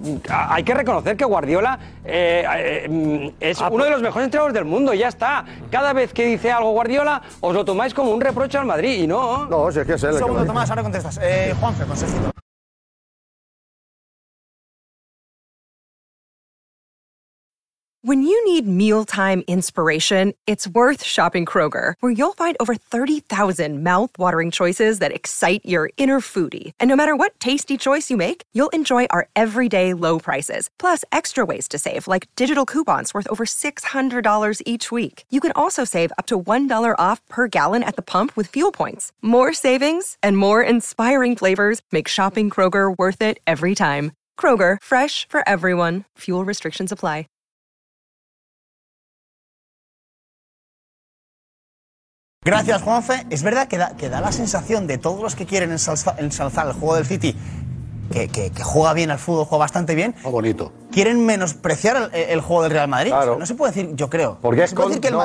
A- Hay que reconocer que Guardiola eh, eh, mm, es uno de los mejores entrenadores del mundo, ya está. Cada vez que dice algo Guardiola, os lo tomáis como un reproche al Madrid y no. No, si es que es él. Un el que segundo, lo dice. Tomás, ahora contestas. Eh, Juanfe, consejito. When you need mealtime inspiration, it's worth shopping Kroger, where you'll find over thirty thousand mouthwatering choices that excite your inner foodie. And no matter what tasty choice you make, you'll enjoy our everyday low prices, plus extra ways to save, like digital coupons worth over six hundred dollars each week. You can also save up to one dollar off per gallon at the pump with fuel points. More savings and more inspiring flavors make shopping Kroger worth it every time. Kroger, fresh for everyone. Fuel restrictions apply. Gracias, Juanfe. Es verdad que da, que da la sensación de todos los que quieren ensalza- ensalzar el juego del City, que, que, que juega bien al fútbol, juega bastante bien, Oh, bonito. quieren menospreciar el, el juego del Real Madrid. Claro. O sea, no se puede decir, yo creo, Porque no es se puede con- decir que el no. Madrid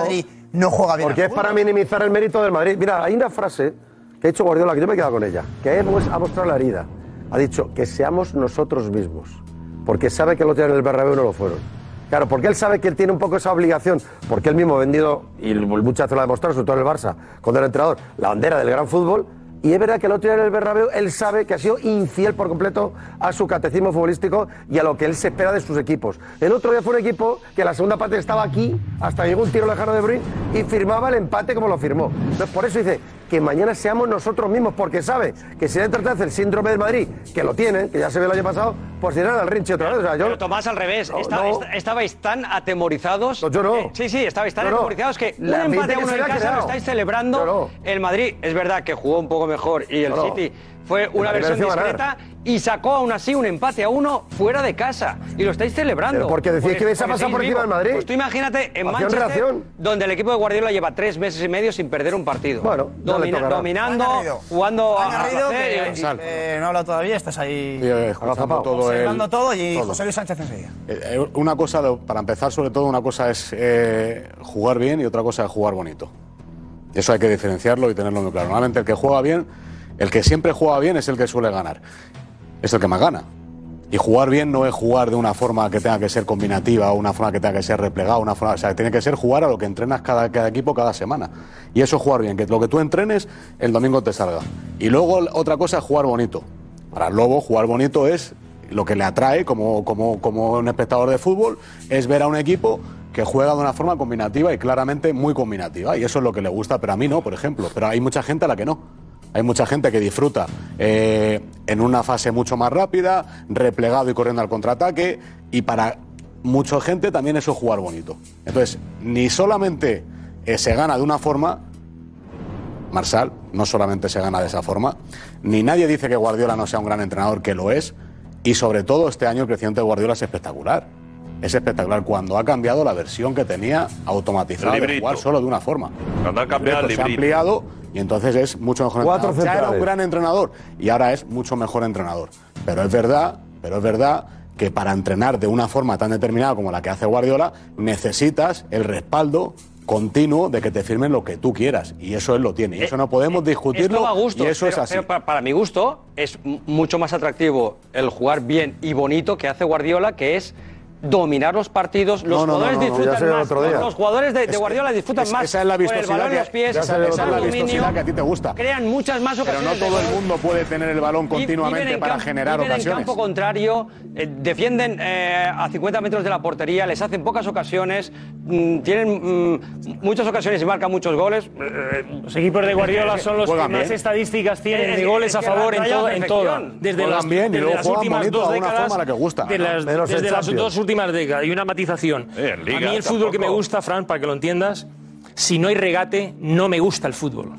no juega bien. Porque es para minimizar el mérito del Madrid. Mira, hay una frase que ha dicho Guardiola que yo me he quedado con ella, que hemos, ha mostrado la herida. Ha dicho que seamos nosotros mismos, porque sabe que los días en el Bernabéu no lo fueron. Claro, porque él sabe que él tiene un poco esa obligación, porque él mismo ha vendido, y muchas veces lo ha demostrado, sobre todo en el Barça, cuando era entrenador, la bandera del gran fútbol. Y es verdad que el otro día en el Bernabéu él sabe que ha sido infiel por completo a su catecismo futbolístico y a lo que él se espera de sus equipos. El otro día fue un equipo que la segunda parte estaba aquí, hasta llegó un tiro lejano de Bruyne y firmaba el empate como lo firmó. Entonces por eso dice que mañana seamos nosotros mismos, porque sabe que si dentro de el síndrome del Madrid, que lo tienen, que ya se ve el año pasado, pues irán al rinche otra vez. O sea, yo, Pero Tomás, al revés, no, Está- no. est- estabais tan atemorizados. No, yo no. Eh, sí, sí, estabais tan Yo no. atemorizados que La un empate ambiente a que uno se en le ha casa lo creado. estáis celebrando. Yo no. El Madrid, es verdad que jugó un poco mejor y el Yo no. City fue una Madrid versión mereció ganar. discreta y sacó aún así un empate a uno fuera de casa. Y lo estáis celebrando. Pero porque decís que vais a porque pasar seguís por encima vivos. del Madrid. Pues tú imagínate en Acción, Manchester, reacción. donde el equipo de Guardiola lleva tres meses y medio sin perder un partido. Bueno, no le Domina- tocará. dominando, Fran Garrido. jugando Fran a Garrido, placer, que, y- eh, no ha hablado todavía, estás ahí Sí, eh, escuchando todo observando el- todo y todo. José Luis Sánchez enseguida. Eh, eh, Una cosa, lo- para empezar, sobre todo, una cosa es eh, jugar bien y otra cosa es jugar bonito. Eso hay que diferenciarlo y tenerlo muy claro. Normalmente el que juega bien, el que siempre juega bien es el que suele ganar. Es el que más gana. Y jugar bien no es jugar de una forma que tenga que ser combinativa o una forma que tenga que ser replegada, una forma, o sea, tiene que ser jugar a lo que entrenas cada, cada equipo cada semana. Y eso es jugar bien, que lo que tú entrenes el domingo te salga. Y luego otra cosa es jugar bonito. Para el Lobo, jugar bonito es lo que le atrae como, como, como un espectador de fútbol, es ver a un equipo que juega de una forma combinativa y claramente muy combinativa. Y eso es lo que le gusta, pero a mí no, por ejemplo. Pero hay mucha gente a la que no. Hay mucha gente que disfruta eh, en una fase mucho más rápida, replegado y corriendo al contraataque, y para mucha gente también eso es jugar bonito. Entonces, ni solamente eh, se gana de una forma, Marsal, no solamente se gana de esa forma, ni nadie dice que Guardiola no sea un gran entrenador, que lo es, y sobre todo este año el crecimiento de Guardiola es espectacular. Es espectacular cuando ha cambiado la versión que tenía automatizada El de librito. jugar solo de una forma. Cuando ha cambiado el Se ha librito. ampliado y entonces es mucho mejor Cuatro entrenador. Ya era un centrales. gran entrenador y ahora es mucho mejor entrenador. Pero es verdad, pero es verdad que para entrenar de una forma tan determinada como la que hace Guardiola necesitas el respaldo continuo de que te firmen lo que tú quieras, y eso él lo tiene, y eso no podemos discutirlo, Esto va a gusto, y eso pero- es así. pero para, para mi gusto es m- mucho más atractivo el jugar bien y bonito que hace Guardiola, que es dominar los partidos. Los No, no, jugadores no, no, no, disfrutan ya será más. otro día. Los jugadores de, de Es- Guardiola disfrutan es- más. esa es la con el vistosidad balón en que- los pies, esa- esa es la con el vistosidad dominio, que a ti te gusta. Crean muchas más Pero ocasiones. no todo de el gol. mundo puede tener el balón Vi- continuamente viven en para campo- generar viven ocasiones. en campo contrario, eh, defienden eh, a cincuenta metros de la portería, les hacen pocas ocasiones, mm, tienen mm, muchas ocasiones y marcan muchos goles. Eh, Los equipos de Guardiola son los que Juegan más bien. estadísticas tienen Es- de goles es a que favor en, raya todo, la en toda. perfección. Desde Juegan las, bien y desde luego las juegan últimas bonito dos de una décadas. forma la que gusta. De las, Menos el desde las Champions. dos últimas décadas. Y una matización. Eh, en Liga a mí el fútbol que me tampoco. gusta, Fran, para que lo entiendas, si no hay regate, no me gusta el fútbol.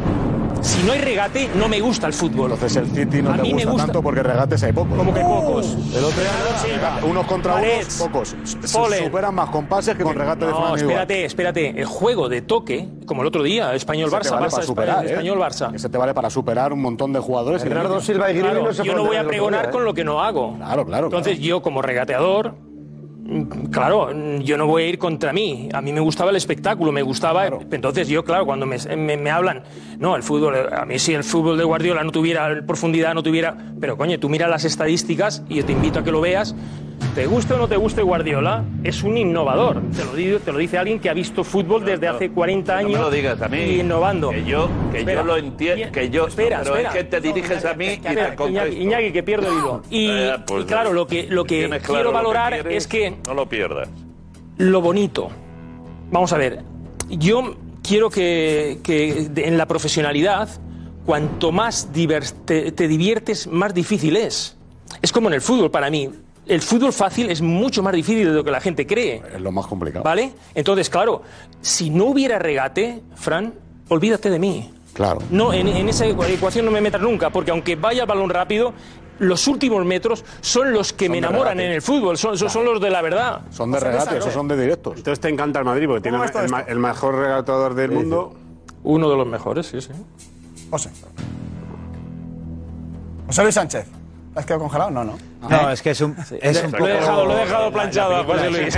Si no hay regate, no me gusta el fútbol. Entonces el City no A te mí me gusta, gusta- tanto porque regates hay pocos. Como que pocos. El otro día, Silva, unos contra Parets, unos, pocos. Se Foden. superan más con pases que con regate de No, forma individual. espérate, espérate. El juego de toque, como el otro día, Ese Español-Barça, te vale Barça, para superar, ¿eh? Español-Barça. Ese te vale para superar un montón de jugadores. en el Bernardo inicio. Silva y Griezmann Claro, no se yo no fueron voy a del otro pregonar día, ¿eh? con lo que no hago. Claro, claro. Entonces yo como regateador, mm, claro, mm, yo no voy a ir contra mí. A mí me gustaba el espectáculo, me gustaba. Entonces yo, claro, cuando me, me- me hablan, no, el fútbol, eh, a mí si el fútbol de Guardiola no tuviera profundidad, no tuviera. Pero coño, tú mira las estadísticas y yo te invito a que lo veas. Te guste o no te guste Guardiola, es un innovador. Te lo, digo, te lo dice alguien que ha visto fútbol desde hace cuarenta No años. me lo digas a mí. Y innovando. Que yo, que Espera. yo lo entiendo. Que yo, Espera, pero espera. es que te diriges a mí y te Espera, contesto. Iñaki, Iñaki, que pierdo el hilo. Y, Eh, pues, y claro, lo que, lo que tienes claro quiero lo que valorar quieres, es que no lo pierdas. lo bonito. Vamos a ver, yo quiero que, que de- en la profesionalidad, cuanto más divers- te, te diviertes, más difícil es. Es como en el fútbol para mí. El fútbol fácil es mucho más difícil de lo que la gente cree. Es lo más complicado. ¿Vale? Entonces, claro, si no hubiera regate, Fran, olvídate de mí. Claro. No, en, en esa ecuación no me metas nunca, porque aunque vaya el balón rápido, los últimos metros son los que Son me de enamoran regate. en el fútbol, son, son- son los de la verdad. Son de regate, esos son de directos. Entonces te encanta el Madrid porque tiene ¿Cómo ves todo el, ma- esto? el mejor regatador del mundo. Uno de los mejores, sí, sí. José. José Luis Sánchez. ¿Te has quedado congelado? No, no. No, es que es un, es un lo, poco... he dejado, lo he dejado planchado a José Luis.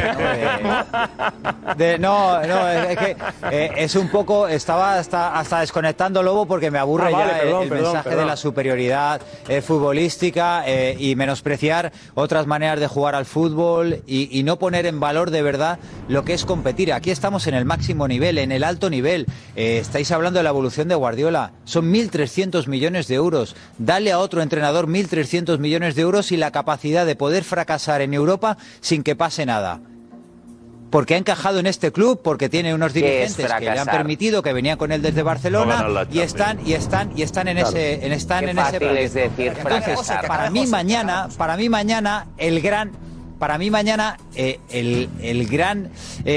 De, no, no, es que eh, es un poco, estaba hasta, hasta desconectando Lobo porque me aburre Ah, vale, ya perdón, el, el perdón, mensaje perdón. de la superioridad eh, futbolística eh, y menospreciar otras maneras de jugar al fútbol y, y no poner en valor de verdad lo que es competir. Aquí estamos en el máximo nivel, en el alto nivel. Eh, estáis hablando de la evolución de Guardiola. Son mil trescientos millones de euros. Dale a otro entrenador mil trescientos millones de euros y la capacidad de poder fracasar en Europa sin que pase nada. Porque ha encajado en este club, porque tiene unos ¿Qué es dirigentes que le han fracasar? permitido, que venían con él desde No Barcelona ganan la y Champions. están y están y están en Claro. ese en están Qué en ese fácil proyecto. es decir Entonces, fracasar. para mí mañana, para mí mañana el gran Para mí mañana eh, el, el gran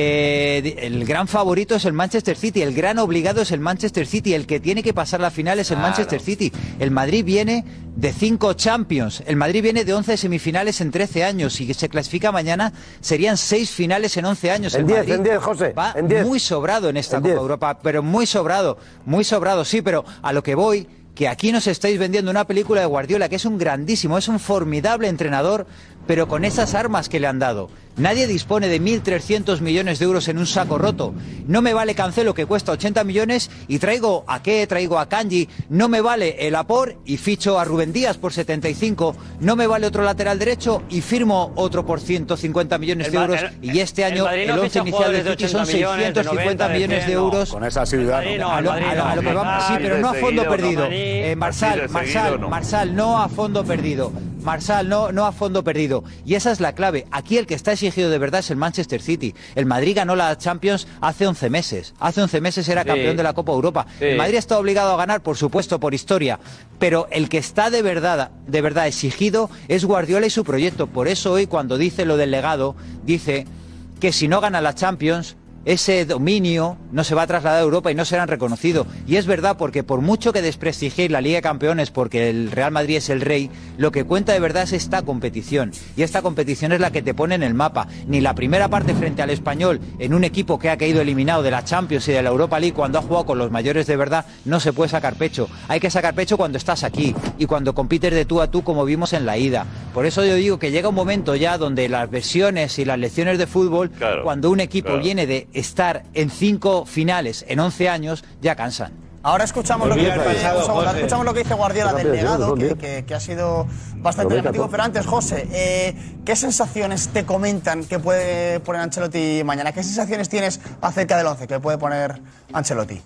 eh, el gran favorito es el Manchester City, el gran obligado es el Manchester City, el que tiene que pasar la final es el Claro. Manchester City. El Madrid viene de cinco Champions, el Madrid viene de once semifinales en trece años y se clasifica mañana serían seis finales en once años. En El diez, Madrid en diez, José, va en diez. muy sobrado en esta En Copa diez. Europa, pero muy sobrado, muy sobrado, sí, pero a lo que voy, que aquí nos estáis vendiendo una película de Guardiola, que es un grandísimo, es un formidable entrenador, pero con esas armas que le han dado. Nadie dispone de mil trescientos millones de euros en un saco roto. No me vale Cancelo, que cuesta ochenta millones, y traigo a qué, traigo a Kanji. No me vale el Apor y ficho a Rubén Díaz por setenta y cinco. No me vale otro lateral derecho y firmo otro por ciento cincuenta millones El de Ma- euros. el- Y este el año Madrid el no once ficha inicial del jugadores de City son ochenta millones, de seiscientos cincuenta noventa, de millones de cien, no. euros. Con esa asiduidad. Madrid no. no, A lo, Madrid a lo- a lo no. que vamos, sí, Madrid pero no a de fondo seguido, perdido. no. Eh, Así Marsal, de Marsal, seguido, no. Marsal, no a fondo perdido. Marsal, no, no a fondo perdido. Y esa es la clave. Aquí el que está exigido de verdad es el Manchester City. El Madrid ganó la Champions hace once meses. Hace once meses era Sí. campeón de la Copa Europa. Sí. El Madrid está obligado a ganar, por supuesto, por historia. Pero el que está de verdad, de verdad exigido es Guardiola y su proyecto. Por eso hoy, cuando dice lo del legado, dice que si no gana la Champions, ese dominio no se va a trasladar a Europa y no serán reconocidos. Y es verdad, porque por mucho que desprestigiéis la Liga de Campeones porque el Real Madrid es el rey, lo que cuenta de verdad es esta competición. Y esta competición es la que te pone en el mapa. Ni la primera parte frente al Español, en un equipo que ha caído eliminado de la Champions y de la Europa League cuando ha jugado con los mayores de verdad, no se puede sacar pecho. Hay que sacar pecho cuando estás aquí y cuando compites de tú a tú, como vimos en la ida. Por eso yo digo que llega un momento ya donde las versiones y las lecciones de fútbol, Claro, cuando un equipo claro. viene de estar en cinco finales en once años, ya cansan. Ahora escuchamos lo, que, Muy bien un pensado, segundo, ahora José. escuchamos lo que dice Guardiola del legado, Son que, diez. que- que ha sido bastante Son llamativo. diez, Pero antes, José, eh, ¿qué sensaciones te comentan que puede poner Ancelotti mañana? ¿Qué sensaciones tienes acerca del once que puede poner Ancelotti?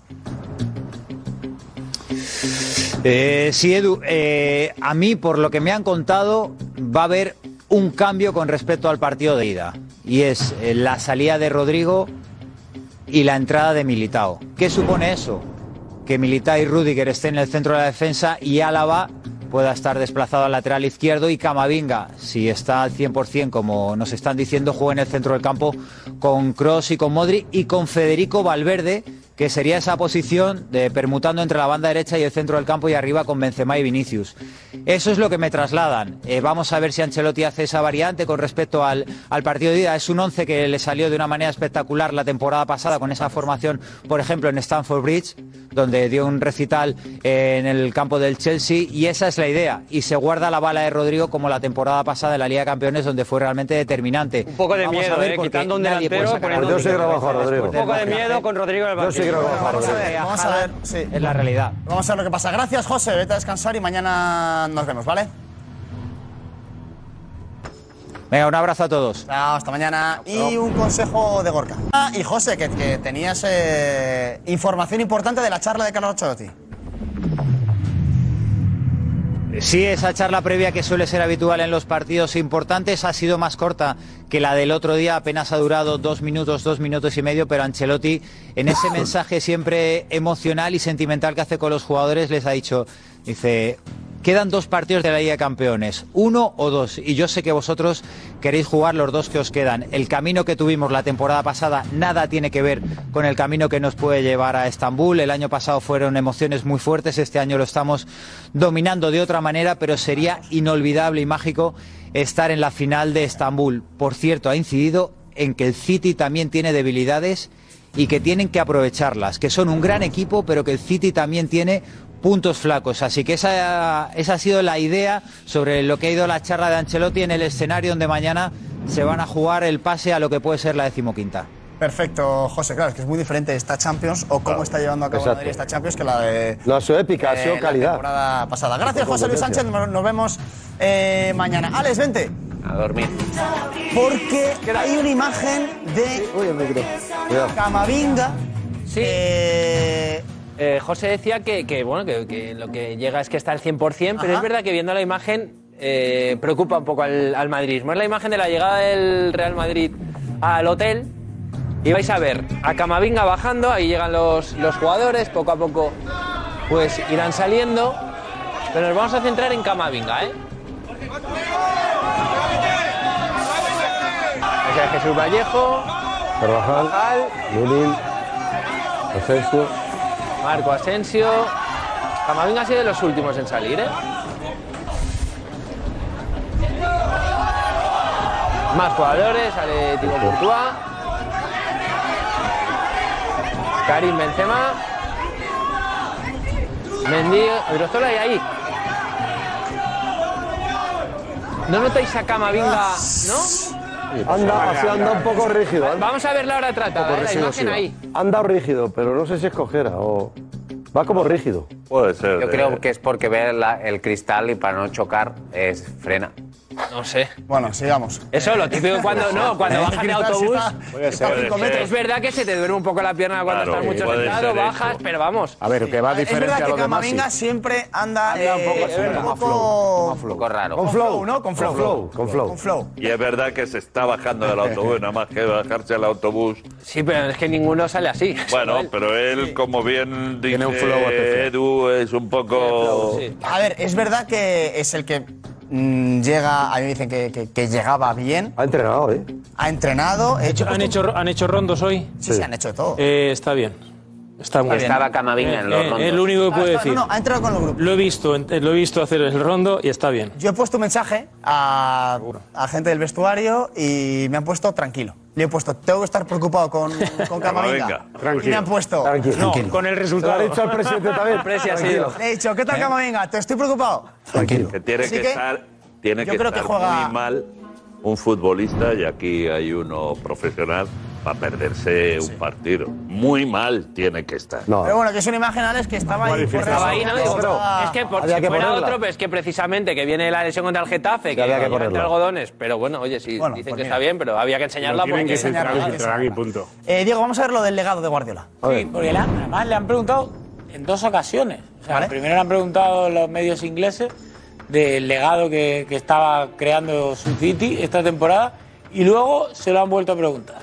Eh, sí, Edu, eh, a mí, por lo que me han contado, va a haber un cambio con respecto al partido de ida. Y es eh, la salida de Rodrigo y la entrada de Militao. ¿Qué supone eso? Que Militao y Rüdiger estén en el centro de la defensa y Álava pueda estar desplazado al lateral izquierdo y Camavinga, si está al cien por cien, como nos están diciendo, juega en el centro del campo con Kroos y con Modric y con Federico Valverde, que sería esa posición de permutando entre la banda derecha y el centro del campo y arriba con Benzema y Vinicius. Eso es lo que me trasladan. Eh, vamos a ver si Ancelotti hace esa variante con respecto al, al partido de ida. Es un once que le salió de una manera espectacular la temporada pasada con esa formación, por ejemplo, en Stamford Bridge, donde dio un recital eh, en el campo del Chelsea, y esa es la idea. Y se guarda la bala de Rodrigo como la temporada pasada de la Liga de Campeones, donde fue realmente determinante. Un poco de Vamos a miedo, ver, eh, porque quitando un nadie puede delantero, sacar a poniendo Yo sí Rodrigo. creo bajo a Rodrigo. Un poco de miedo con Rodrigo del Yo sí banquillo. creo que bajo a Vamos a Rodrigo. ver, vamos a ver. Sí. Es la realidad. Vamos a ver lo que pasa. Gracias, José. Vete a descansar y mañana nos vemos, ¿vale? Venga, un abrazo a todos. Chao, hasta mañana. Y un consejo de Gorka. Ah, y José, que, que tenías eh, información importante de la charla de Carlo Ancelotti. Sí, esa charla previa que suele ser habitual en los partidos importantes ha sido más corta que la del otro día, apenas ha durado dos minutos, dos minutos y medio, pero Ancelotti en ese mensaje siempre emocional y sentimental que hace con los jugadores les ha dicho, dice, quedan dos partidos de la Liga de Campeones, uno o dos, y yo sé que vosotros queréis jugar los dos que os quedan. El camino que tuvimos la temporada pasada nada tiene que ver con el camino que nos puede llevar a Estambul. El año pasado fueron emociones muy fuertes, este año lo estamos dominando de otra manera, pero sería inolvidable y mágico estar en la final de Estambul. Por cierto, ha incidido en que el City también tiene debilidades y que tienen que aprovecharlas, que son un gran equipo, pero que el City también tiene puntos flacos. Así que esa, esa ha sido la idea sobre lo que ha ido la charla de Ancelotti en el escenario donde mañana se van a jugar el pase a lo que puede ser la decimoquinta. Perfecto, José. Claro, es que es muy diferente esta Champions o cómo claro. está llevando a cabo Exacto. Madrid esta Champions que la de no ha sido épica, ha sido eh, calidad. La temporada pasada. Gracias, José Luis Sánchez. Nos vemos eh, mañana. Alex, vente. A dormir. Porque hay una imagen de Uy, el micro. Camavinga. Sí. Eh, Eh, José decía que, que, bueno, que, que lo que llega es que está al cien por cien, pero Ajá. es verdad que viendo la imagen eh, preocupa un poco al, al madridismo. Es la imagen de la llegada del Real Madrid al hotel y vais a ver a Camavinga bajando, ahí llegan los, los jugadores, poco a poco pues irán saliendo, pero nos vamos a centrar en Camavinga, ¿eh? Ese es Jesús Vallejo, Carvajal, Carvajal, Lunin, Asensio. Marco Asensio. Camavinga ha sido de los últimos en salir, ¿eh? Más jugadores, sale Thibaut Courtois. Karim Benzema. Mendy, Odriozola y ahí. ¿No notáis a Camavinga, no? Anda, así anda un poco rígido. ¿eh? Vamos a ver la hora tratada, ¿eh? La imagen ahí. Anda rígido, pero no sé si es cojera o... Va como rígido. Puede ser. Yo creo que es porque ve la- el cristal y para no chocar es frena. No sé. Bueno, sigamos. Eso, lo típico cuando no, cuando bajas de autobús. Puede ser. Está a cinco metros. Es verdad que se te duerme un poco la pierna cuando Claro, estás mucho puede sentado, ser bajas, eso. pero vamos. A ver, que va a Es diferencia verdad a que los demás. Camavinga Sí. siempre anda, Anda un poco eh, así, un como poco... Un poco raro. Con flow, ¿no? Con flow. Con flow, con flow. Con flow. Y es verdad que se está bajando del autobús, nada más que bajarse del autobús. Sí, pero es que ninguno sale así. Bueno, pero él, como bien dice Tiene un flow especial. Edu, es un poco... Sí. A ver, es verdad que es el que mm, llega, a mí me dicen que, que- que llegaba bien, Ha entrenado, ¿eh? ha entrenado, he hecho, ¿Han hecho, ¿Han hecho rondos hoy? sí, sí, han hecho de todo. Eh, está bien. Está muy bien. Estaba Camavinga en los Eh, rondos. Es lo único que Ah, puedo está- decir. no, no, ha entrado con los grupos. Lo he visto, eh, lo he visto hacer el rondo y está bien. Yo he puesto un mensaje a, a gente del vestuario y me han puesto tranquilo. Le he puesto, tengo que estar preocupado con, con Camavinga. Camavinga, tranquilo. Y me han puesto, Tranquilo. No, tranquilo. con el Se lo resultado. ha dicho al presidente también. Presi ha Tranquilo. sido. le he dicho, ¿qué tal Camavinga? Te estoy preocupado. Tranquilo. Que tiene Así que, que estar, tiene yo que creo que estar juega- muy mal un futbolista, y aquí hay uno profesional, para perderse un partido. Muy mal tiene que estar. No. Pero bueno, que es una imagen, Alex, que estaba ahí. por Estaba ahí, ¿no? redes Digo, sociales, estaba- es que por, Había si que fuera ponerla. otro, pero es que precisamente que viene la lesión contra el Getafe, que había que lleva entre ponerla. algodones, pero bueno, oye, sí, Bueno, dicen pues que mira. está bien, pero había que enseñarla Tienen porque... que filtrar, enseñarla, filtrar y punto. Eh, Diego, vamos a ver lo del legado de Guardiola. A ver. Sí, porque le han- además le han preguntado en dos ocasiones. O sea, Vale. primero le han preguntado los medios ingleses del legado que, que estaba creando su City esta temporada y luego se lo han vuelto a preguntar.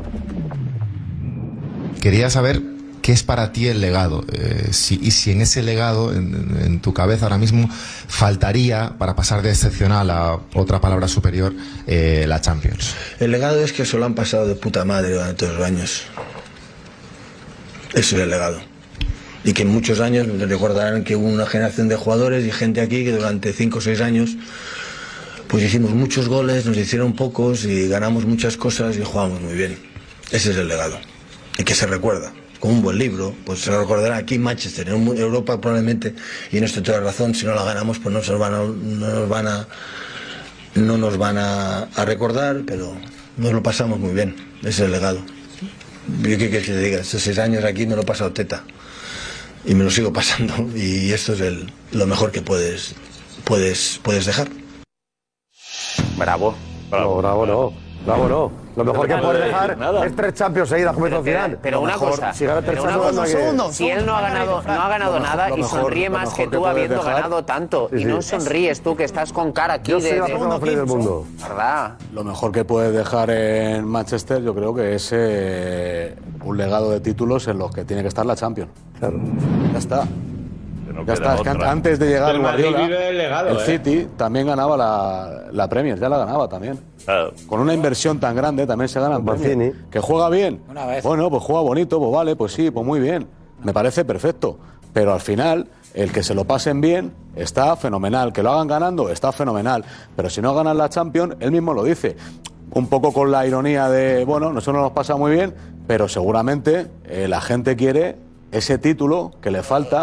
Quería saber qué es para ti el legado, eh, si, y si en ese legado, en, en tu cabeza ahora mismo, faltaría, para pasar de excepcional a otra palabra superior, eh, la Champions. El legado es que se lo han pasado de puta madre durante todos los años. Eso es el legado. Y que en muchos años recordarán que hubo una generación de jugadores y gente aquí que durante cinco o seis años pues hicimos muchos goles, nos hicieron pocos y ganamos muchas cosas y jugamos muy bien. Ese es el legado. Y que se recuerda. Con un buen libro, pues se lo recordará aquí en Manchester, en Europa probablemente, y en esto toda razón, si no la ganamos pues no, se nos van a, no nos van a no nos van a, a recordar, pero nos lo pasamos muy bien. Ese es el legado. Yo qué quieres que te diga, estos seis años aquí me lo he pasado teta. Y me lo sigo pasando. Y esto es el, lo mejor que puedes, puedes, puedes dejar. Bravo. No, bravo no. Bravo no. Lo mejor que Pero puede no dejar nada. es tres Champions seguidas como hizo al Pero, final. pero Lo una mejor, cosa, si gana tres pero una Champions, cosa, no hay que- segundo. si él no ha ganado, no ha ganado Lo mejor- nada lo y mejor- sonríe lo más mejor que que tú puedes habiendo dejar- ganado tanto Sí, y no sí. sonríes tú que estás con cara aquí Yo de, soy la de- persona más feliz del mundo. ¿verdad? Lo mejor que puedes dejar en Manchester, yo creo que es eh, un legado de títulos en los que tiene que estar la Champions. Claro. Ya está. Que no Ya queda está. Es que otra. antes de llegar El Madrid Guardiola, vive del legado, el ¿eh? City también ganaba la, la Premier, ya la ganaba también. Claro. Con una inversión tan grande también se gana Con Premier. Mancini. Que juega bien. Una vez. Bueno, pues juega bonito, pues vale, pues sí, pues muy bien. Me parece perfecto. Pero al final, el que se lo pasen bien está fenomenal. Que lo hagan ganando está fenomenal. Pero si no ganan la Champions, él mismo lo dice. Un poco con la ironía de, bueno, nosotros nos pasa muy bien, pero seguramente eh, la gente quiere ese título que le falta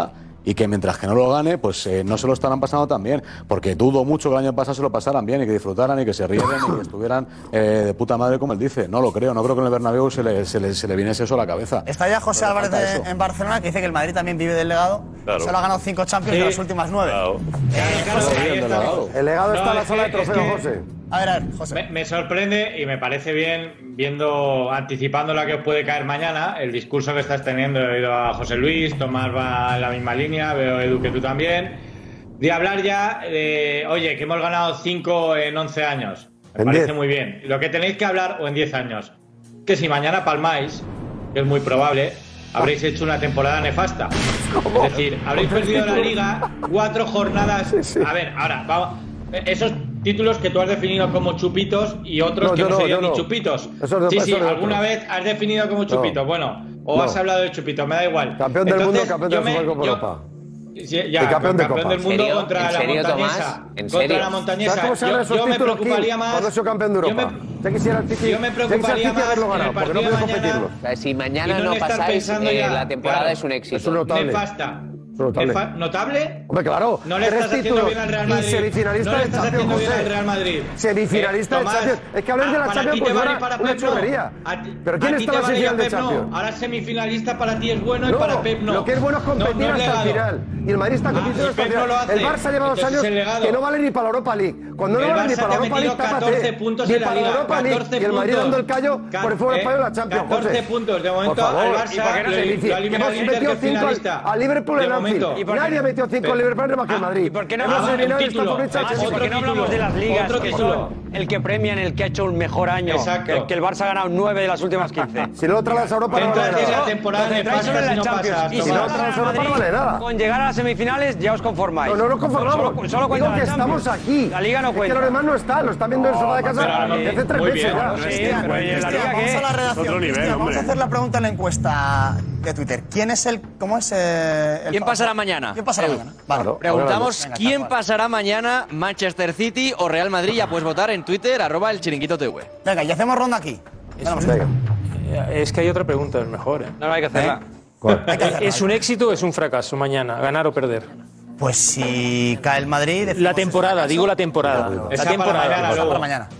y que mientras que no lo gane, pues eh, no se lo estarán pasando tan bien, porque dudo mucho que el año pasado se lo pasaran bien y que disfrutaran y que se rieran y que estuvieran eh, de puta madre como él dice. No lo creo, no creo que en el Bernabéu se le, se le, se le viniese eso a la cabeza. Está ya José No le Álvarez falta de- eso. en Barcelona, que dice que el Madrid también vive del legado. Claro. Solo ha ganado cinco Champions Sí. de las últimas nueve. Claro. Eh, José, ahí está. El legado No, está en la es sala de que- es trofeos, que- José. A ver, a ver, José. Me, me sorprende y me parece bien, viendo, anticipando la que os puede caer mañana, el discurso que estás teniendo. He oído a José Luis, Tomás va en la misma línea, veo Edu que tú también, de hablar ya de, oye, que hemos ganado cinco en once años. Me En parece diez. muy bien. Lo que tenéis que hablar, o en diez años, que si mañana palmáis, que es muy probable, habréis hecho una temporada nefasta. Es decir, habréis perdido la liga cuatro jornadas. A ver, ahora, vamos. Esos títulos que tú has definido como chupitos y otros No, que yo no, no, serían yo ni no. chupitos. Eso es de- sí, eso sí, es de alguna otro. vez has definido como chupitos. Bueno, o No. has hablado de chupitos, me da igual. Campeón del mundo, Entonces, campeón yo de me- Supercopa yo- Europa. Sí, ya, Y campeón de Copa. del mundo ¿En serio? contra ¿En la serio, montañesa. Tomás? ¿En Contra serio? la montañesa. ¿Sabes cómo se Yo, llaman esos yo me títulos, preocuparía Gil? más. Cuando ha sido campeón de yo Europa. me- Ya quisiera el City. yo me ya quisiera el preocuparía City haberlo más en ganado, el porque no partido podía de mañana. competirlo. O sea, si Y mañana no no, estar pasáis, pensando eh, ya, la temporada claro. es un éxito. Es un notable. Nefasta. Es un notable. Nefa- ¿Notable? Hombre, claro. No le Tres estás haciendo títulos bien al Real y Madrid. semifinalista no le de estás Champions, haciendo bien José. al Real Madrid. Semifinalista Eh, de Tomás, Champions. Es que hablar de la ah, para Champions ti pues te vale fuera para una Pep, no. churrería. A ti- Pero ¿quién a ti está te en la vale ya semifinal de Pep, no. Champions? Ahora semifinalista para ti es bueno y No, para Pep no. lo que es bueno es No, competir no es hasta el legado. final. Y el Madrid está Ah, compitiendo y hasta el Pep no final. lo hace. El Barça lleva dos Entonces años es el legado. que no vale ni para la Europa League. Cuando no El vale ni Barça para te ha la Europa metido League, tápate. catorce puntos Ni en la para la Liga, Europa League. catorce Y el Madrid puntos. dando el callo por el fútbol Eh, español en la Champions, catorce José. puntos. De Por momento, favor. al ¿Y Barça por qué no lo- se lo dice? ha eliminado Hemos el Inter, metido que es cinco al- finalista. al Liverpool De en Anfield. momento. ¿Y por qué? Nadie ha metido cinco al Liverpool más que el Madrid. ¿Y por qué no Hemos hablamos eliminado del el Stamford Bridge al Ah, Chelsea. ¿por qué no hablamos de las ligas? Otro Que título. son el que premian el que ha hecho un mejor año. Exacto. Que, que el Barça ha ganado nueve de las últimas quince. Si no traes a Europa, no vale Entonces, nada. la temporada Os centráis nefasta solo en si la no Champions. pasas, Y si Si no no Tomás. traes traes a Europa, no vale nada. Con llegar a las semifinales ya os conformáis. No, no nos conformamos. Solo, solo cuenta Digo que la estamos Champions. aquí. La Liga no Es que cuenta. los demás no están, lo están viendo en el sofá de casa pero no, desde tres muy meses bien, ya. no, Sí, Cristian, pues, ¿la Cristian, Liga vamos qué? a la redacción. Otro nivel, Cristian, vamos hombre. a hacer la pregunta en la encuesta de Twitter. ¿Quién es el. ¿Cómo es eh, el. ¿Quién pasará mañana? ¿Quién pasará Edu. mañana? Vale. Claro. Preguntamos Venga, quién tal cual. pasará mañana, Manchester City o Real Madrid. Ya puedes votar en Twitter, arroba el chiringuito T V. Venga, y hacemos ronda aquí. Tenemos esto. Venga. Es que hay otra pregunta, es mejor. ¿eh? No, no hay que hacerla. ¿Cuál? Hay que hacerla. ¿Es un éxito o es un fracaso mañana? ¿Ganar o perder? Pues si cae el Madrid. decimos La es temporada, fracaso. digo la temporada. La Esa para temporada. mañana, Esa luego. para mañana.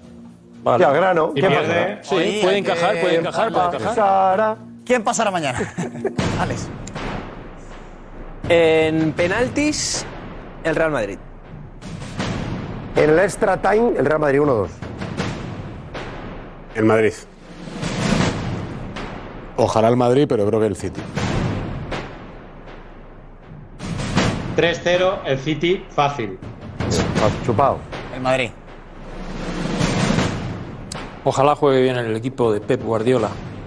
Vale. al grano. Y ¿Qué pierde. pasa? Sí, Oye, puede hay que- encajar, puede encajar, puede encajar. Pasará. ¿Quién pasará mañana? Alex. En penaltis, el Real Madrid. En el extra time, el Real Madrid uno dos. El Madrid. Ojalá el Madrid, pero creo que el City. tres cero, el City, fácil. Chupado. El Madrid. Ojalá juegue bien el equipo de Pep Guardiola.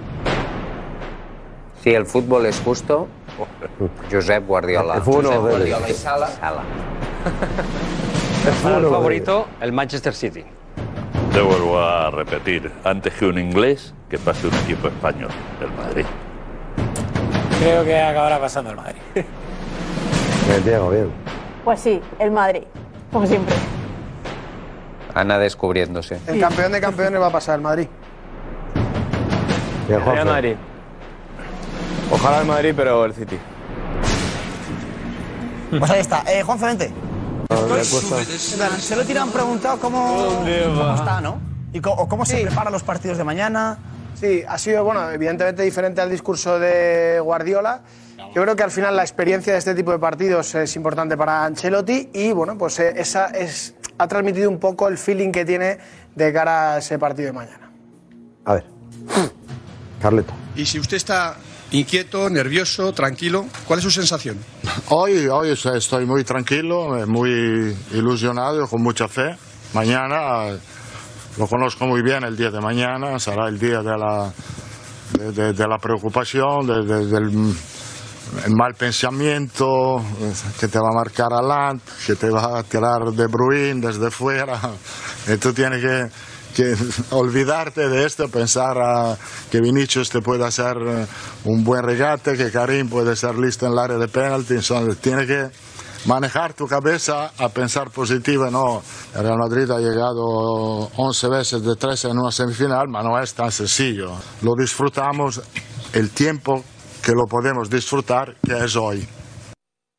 Si el fútbol es justo, Josep Guardiola. El fútbol no Josep debe. Guardiola y Sala. Sala. Para el favorito, el Manchester City. Te vuelvo a repetir, antes que un inglés, que pase un equipo español, el Madrid. Creo que acabará pasando el Madrid. Bien, Diego, bien. Pues sí, el Madrid, como siempre. Ana descubriéndose. El campeón de campeones va a pasar el Madrid. Bien, Real Juanfe. Madrid. Ojalá el Madrid, pero el City. Pues ahí está. Eh, Juanfe, vente. No, me cuesta. ¿Qué tal? Se lo tiran preguntado cómo, cómo está, ¿no? Y co- o cómo se preparan los partidos de mañana. Sí, ha sido, bueno, evidentemente diferente al discurso de Guardiola. Yo creo que al final la experiencia de este tipo de partidos es importante para Ancelotti y, bueno, pues eh, esa es, ha transmitido un poco el feeling que tiene de cara a ese partido de mañana. A ver. Carleto. Y si usted está inquieto, nervioso, tranquilo, ¿cuál es su sensación? Hoy, hoy estoy muy tranquilo, muy ilusionado, con mucha fe. Mañana eh, lo conozco muy bien, el día de mañana será el día de la, de, de- de la preocupación, de- de- del el mal pensamiento eh, que te va a marcar adelante, que te va a tirar De Bruyne desde fuera. Y tú tienes que, que olvidarte de esto, pensar a, que Vinicius te puede hacer eh, un buen regate, que Karim puede ser listo en el área de penalti. Entonces, tienes que manejar tu cabeza a pensar positivo. No, el Real Madrid ha llegado once veces de trece en una semifinal, pero no es tan sencillo. Lo disfrutamos el tiempo que lo podemos disfrutar, que es hoy.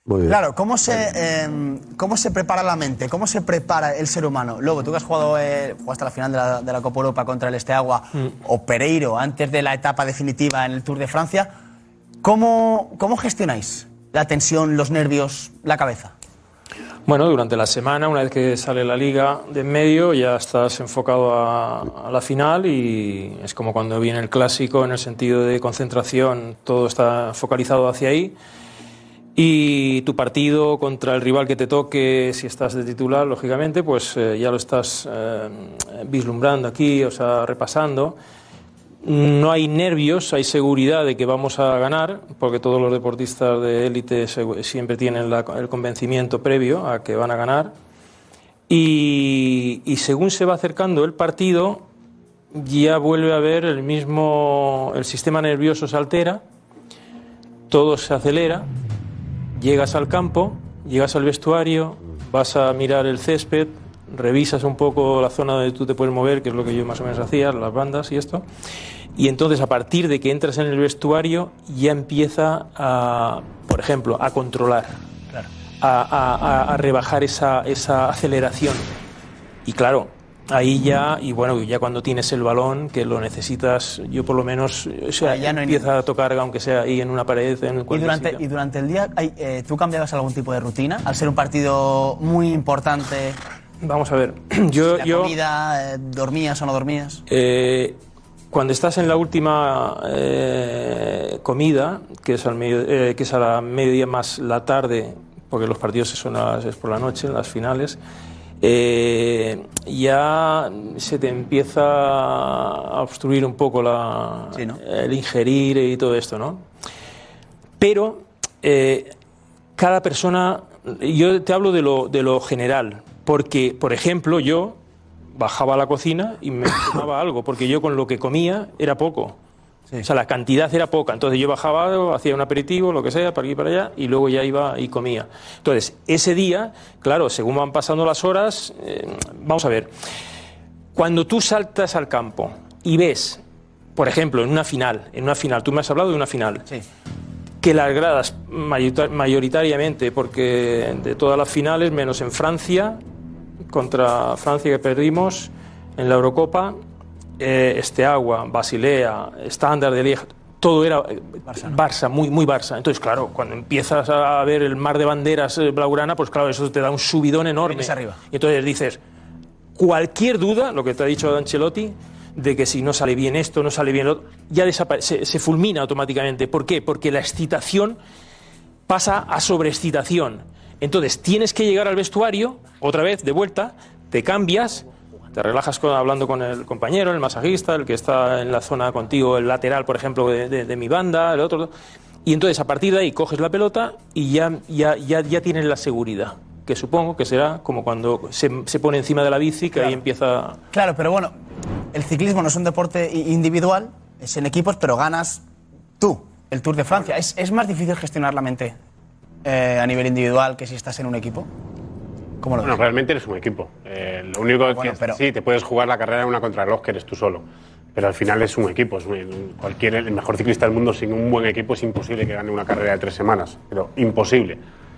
Claro, ¿cómo se, eh, ¿cómo se prepara la mente? ¿Cómo se prepara el ser humano? Lobo, tú que has jugado, eh, jugaste la final de la, de la Copa Europa contra el Esteagua mm. o Pereiro antes de la etapa definitiva en el Tour de Francia, ¿cómo, cómo gestionáis la tensión, los nervios, la cabeza? Bueno, durante la semana, una vez que sale la liga de en medio, ya estás enfocado a, a la final y es como cuando viene el clásico en el sentido de concentración, todo está focalizado hacia ahí. Y tu partido contra el rival que te toque, si estás de titular, lógicamente, pues eh, ya lo estás eh, vislumbrando aquí, o sea, repasando. No hay nervios, hay seguridad de que vamos a ganar, porque todos los deportistas de élite siempre tienen la, el convencimiento previo a que van a ganar. Y, y según se va acercando el partido, ya vuelve a haber el mismo, el sistema nervioso se altera, todo se acelera. Llegas al campo, llegas al vestuario, vas a mirar el césped, revisas un poco la zona donde tú te puedes mover, que es lo que yo más o menos hacía, las bandas y esto, y entonces a partir de que entras en el vestuario ya empieza a, por ejemplo, a controlar, claro. a, a, a rebajar esa, esa aceleración. Y claro, ahí ya, y bueno, ya cuando tienes el balón, que lo necesitas, yo por lo menos, o sea, ya no empieza a tocar, aunque sea ahí en una pared. En ¿Y, durante, ¿Y durante el día hay, eh, tú cambiabas algún tipo de rutina? Al ser un partido muy importante. Vamos a ver, yo... ¿La yo, comida, eh, dormías o no dormías? Eh, cuando estás en la última eh, comida, que es, al medio, eh, que es a la mediodía más la tarde, porque los partidos son a las, es por la noche, las finales... Eh, ya se te empieza a obstruir un poco la, sí, ¿no? el ingerir y todo esto, ¿no? Pero eh, cada persona, yo te hablo de lo, de lo general, porque, por ejemplo, yo bajaba a la cocina y me tomaba algo, porque yo con lo que comía era poco. Sí. O sea, la cantidad era poca. Entonces yo bajaba, hacía un aperitivo, lo que sea, para aquí y para allá, y luego ya iba y comía. Entonces, ese día, claro, según van pasando las horas, eh, vamos a ver, cuando tú saltas al campo y ves, por ejemplo, en una final, en una final, tú me has hablado de una final, sí. que las gradas mayoritariamente, porque de todas las finales, menos en Francia, contra Francia que perdimos en la Eurocopa, Eh, Esteagua, Basilea, Standard de Lieja, todo era eh, Barça, ¿no? Barça, muy, muy Barça. Entonces, claro, cuando empiezas a ver el mar de banderas eh, blaugrana, pues claro, eso te da un subidón enorme. Arriba. Y entonces dices, cualquier duda, lo que te ha dicho Ancelotti, de que si no sale bien esto, no sale bien lo otro, ya desaparece, se, se fulmina automáticamente. ¿Por qué? Porque la excitación pasa a sobreexcitación. Entonces, tienes que llegar al vestuario, otra vez, de vuelta, te cambias, te relajas con, hablando con el compañero, el masajista, el que está en la zona contigo, el lateral, por ejemplo, de, de, de mi banda, el otro. Y entonces, a partir de ahí, coges la pelota y ya, ya, ya, ya tienes la seguridad, que supongo que será como cuando se, se pone encima de la bici, que claro. ahí empieza... Claro, pero bueno, el ciclismo no es un deporte individual, es en equipos, pero ganas tú, el Tour de Francia. ¿Es, es más difícil gestionar la mente eh, a nivel individual que si estás en un equipo? ¿Cómo lo ves? Bueno, realmente eres un equipo. Eh, lo único bueno, que pero... sí, te puedes jugar la carrera en una contrarreloj que eres tú solo, pero al final es un equipo. Es un, cualquier, el mejor ciclista del mundo sin un buen equipo es imposible que gane una carrera de tres semanas, pero imposible.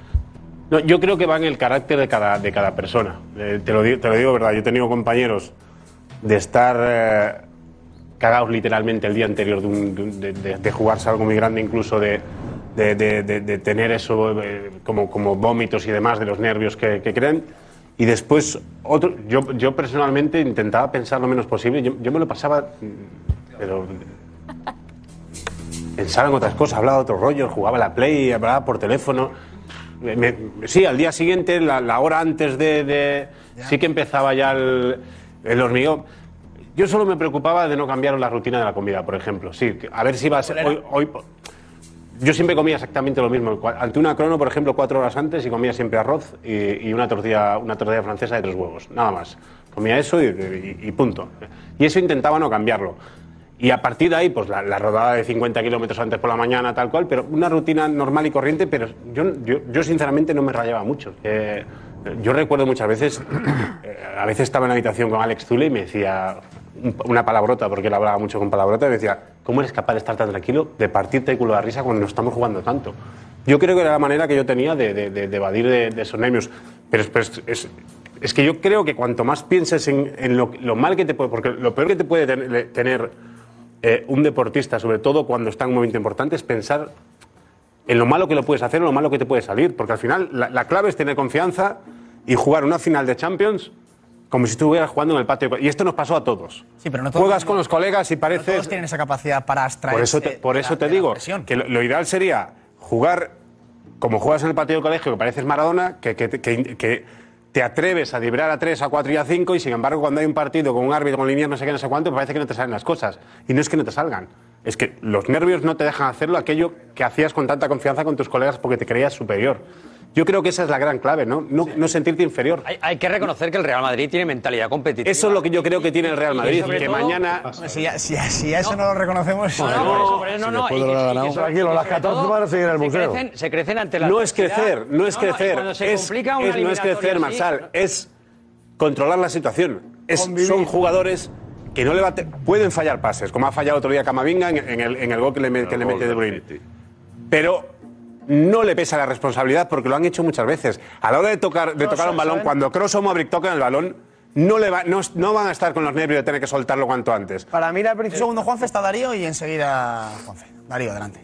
No, yo creo que va en el carácter de cada, de cada persona. Eh, te, lo digo, te lo digo verdad, yo he tenido compañeros de estar eh, cagados literalmente el día anterior de, un, de, de, de jugarse algo muy grande, incluso de... De, de, de, de tener eso eh, como, como vómitos y demás de los nervios que, que crean, y después otro, yo, yo personalmente intentaba pensar lo menos posible. Yo, yo me lo pasaba, pero pensaba en otras cosas, hablaba de otros rollos, jugaba a la Play, hablaba por teléfono. Me, sí, al día siguiente, la, la hora antes de, de sí que empezaba ya el, el hormigón. Yo solo me preocupaba de no cambiar la rutina de la comida, por ejemplo. Sí, a ver si va a ser hoy, hoy yo siempre comía exactamente lo mismo. Ante una crono, por ejemplo, cuatro horas antes, y comía siempre arroz y, y una tortilla una tortilla francesa de tres huevos, nada más. Comía eso y, y, y punto. Y eso intentaba no cambiarlo. Y a partir de ahí, pues la, la rodada de cincuenta kilómetros antes por la mañana, tal cual, pero una rutina normal y corriente, pero yo, yo, yo sinceramente no me rayaba mucho. Eh, yo recuerdo muchas veces, eh, a veces estaba en la habitación con Alex Zule y me decía una palabrota, porque él hablaba mucho con palabrota, y me decía, ¿cómo eres capaz de estar tan tranquilo, de partirte el culo de la risa cuando nos estamos jugando tanto? Yo creo que era la manera que yo tenía de, de, de, de evadir de, de esos nervios. Pero, pero es, es, es que yo creo que cuanto más pienses en, en lo, lo mal que te puede... Porque lo peor que te puede ten, tener eh, un deportista, sobre todo cuando está en un momento importante, es pensar en lo malo que lo puedes hacer, en lo malo que te puede salir. Porque al final la, la clave es tener confianza y jugar una final de Champions como si estuvieras jugando en el patio. Y esto nos pasó a todos. Sí, pero no todos, Juegas con los colegas y pareces... No todos tienen esa capacidad para abstraer. Por eso te, por eso te digo que lo, lo ideal sería jugar como juegas en el patio del colegio, que pareces Maradona, que, que, que, que te atreves a librar a tres, a cuatro y a cinco, y sin embargo cuando hay un partido con un árbitro, con líneas, no sé qué, no sé cuánto, parece que no te salen las cosas. Y no es que no te salgan, es que los nervios no te dejan hacerlo aquello que hacías con tanta confianza con tus colegas porque te creías superior. Yo creo que esa es la gran clave, ¿no? No, sí. no sentirte inferior. Hay, hay que reconocer que el Real Madrid tiene mentalidad competitiva. Eso es lo que yo creo que tiene el Real Madrid, que todo, mañana... Si ya, si, si ya eso no, no lo reconocemos... No, no, no, no, no, no, no, no, tranquilo, las catorce van a seguir en el museo. Se crecen, se crecen ante la... No es crecer, no es crecer. No, no, se es, complica una es, no es crecer, Marsal, es controlar la situación. Es, son jugadores que no le va a te, pueden fallar pases, como ha fallado otro día Camavinga en, en, el, en el gol que le, que le mete De Bruyne. Pero... no le pesa la responsabilidad porque lo han hecho muchas veces. A la hora de tocar, de no, tocar un balón, ¿saben? Cuando Kroos o Modric tocan el balón, no, le va, no, no van a estar con los nervios de tener que soltarlo cuanto antes. Para mí, el segundo Juanfe está Darío y enseguida Juanfe. Darío, adelante.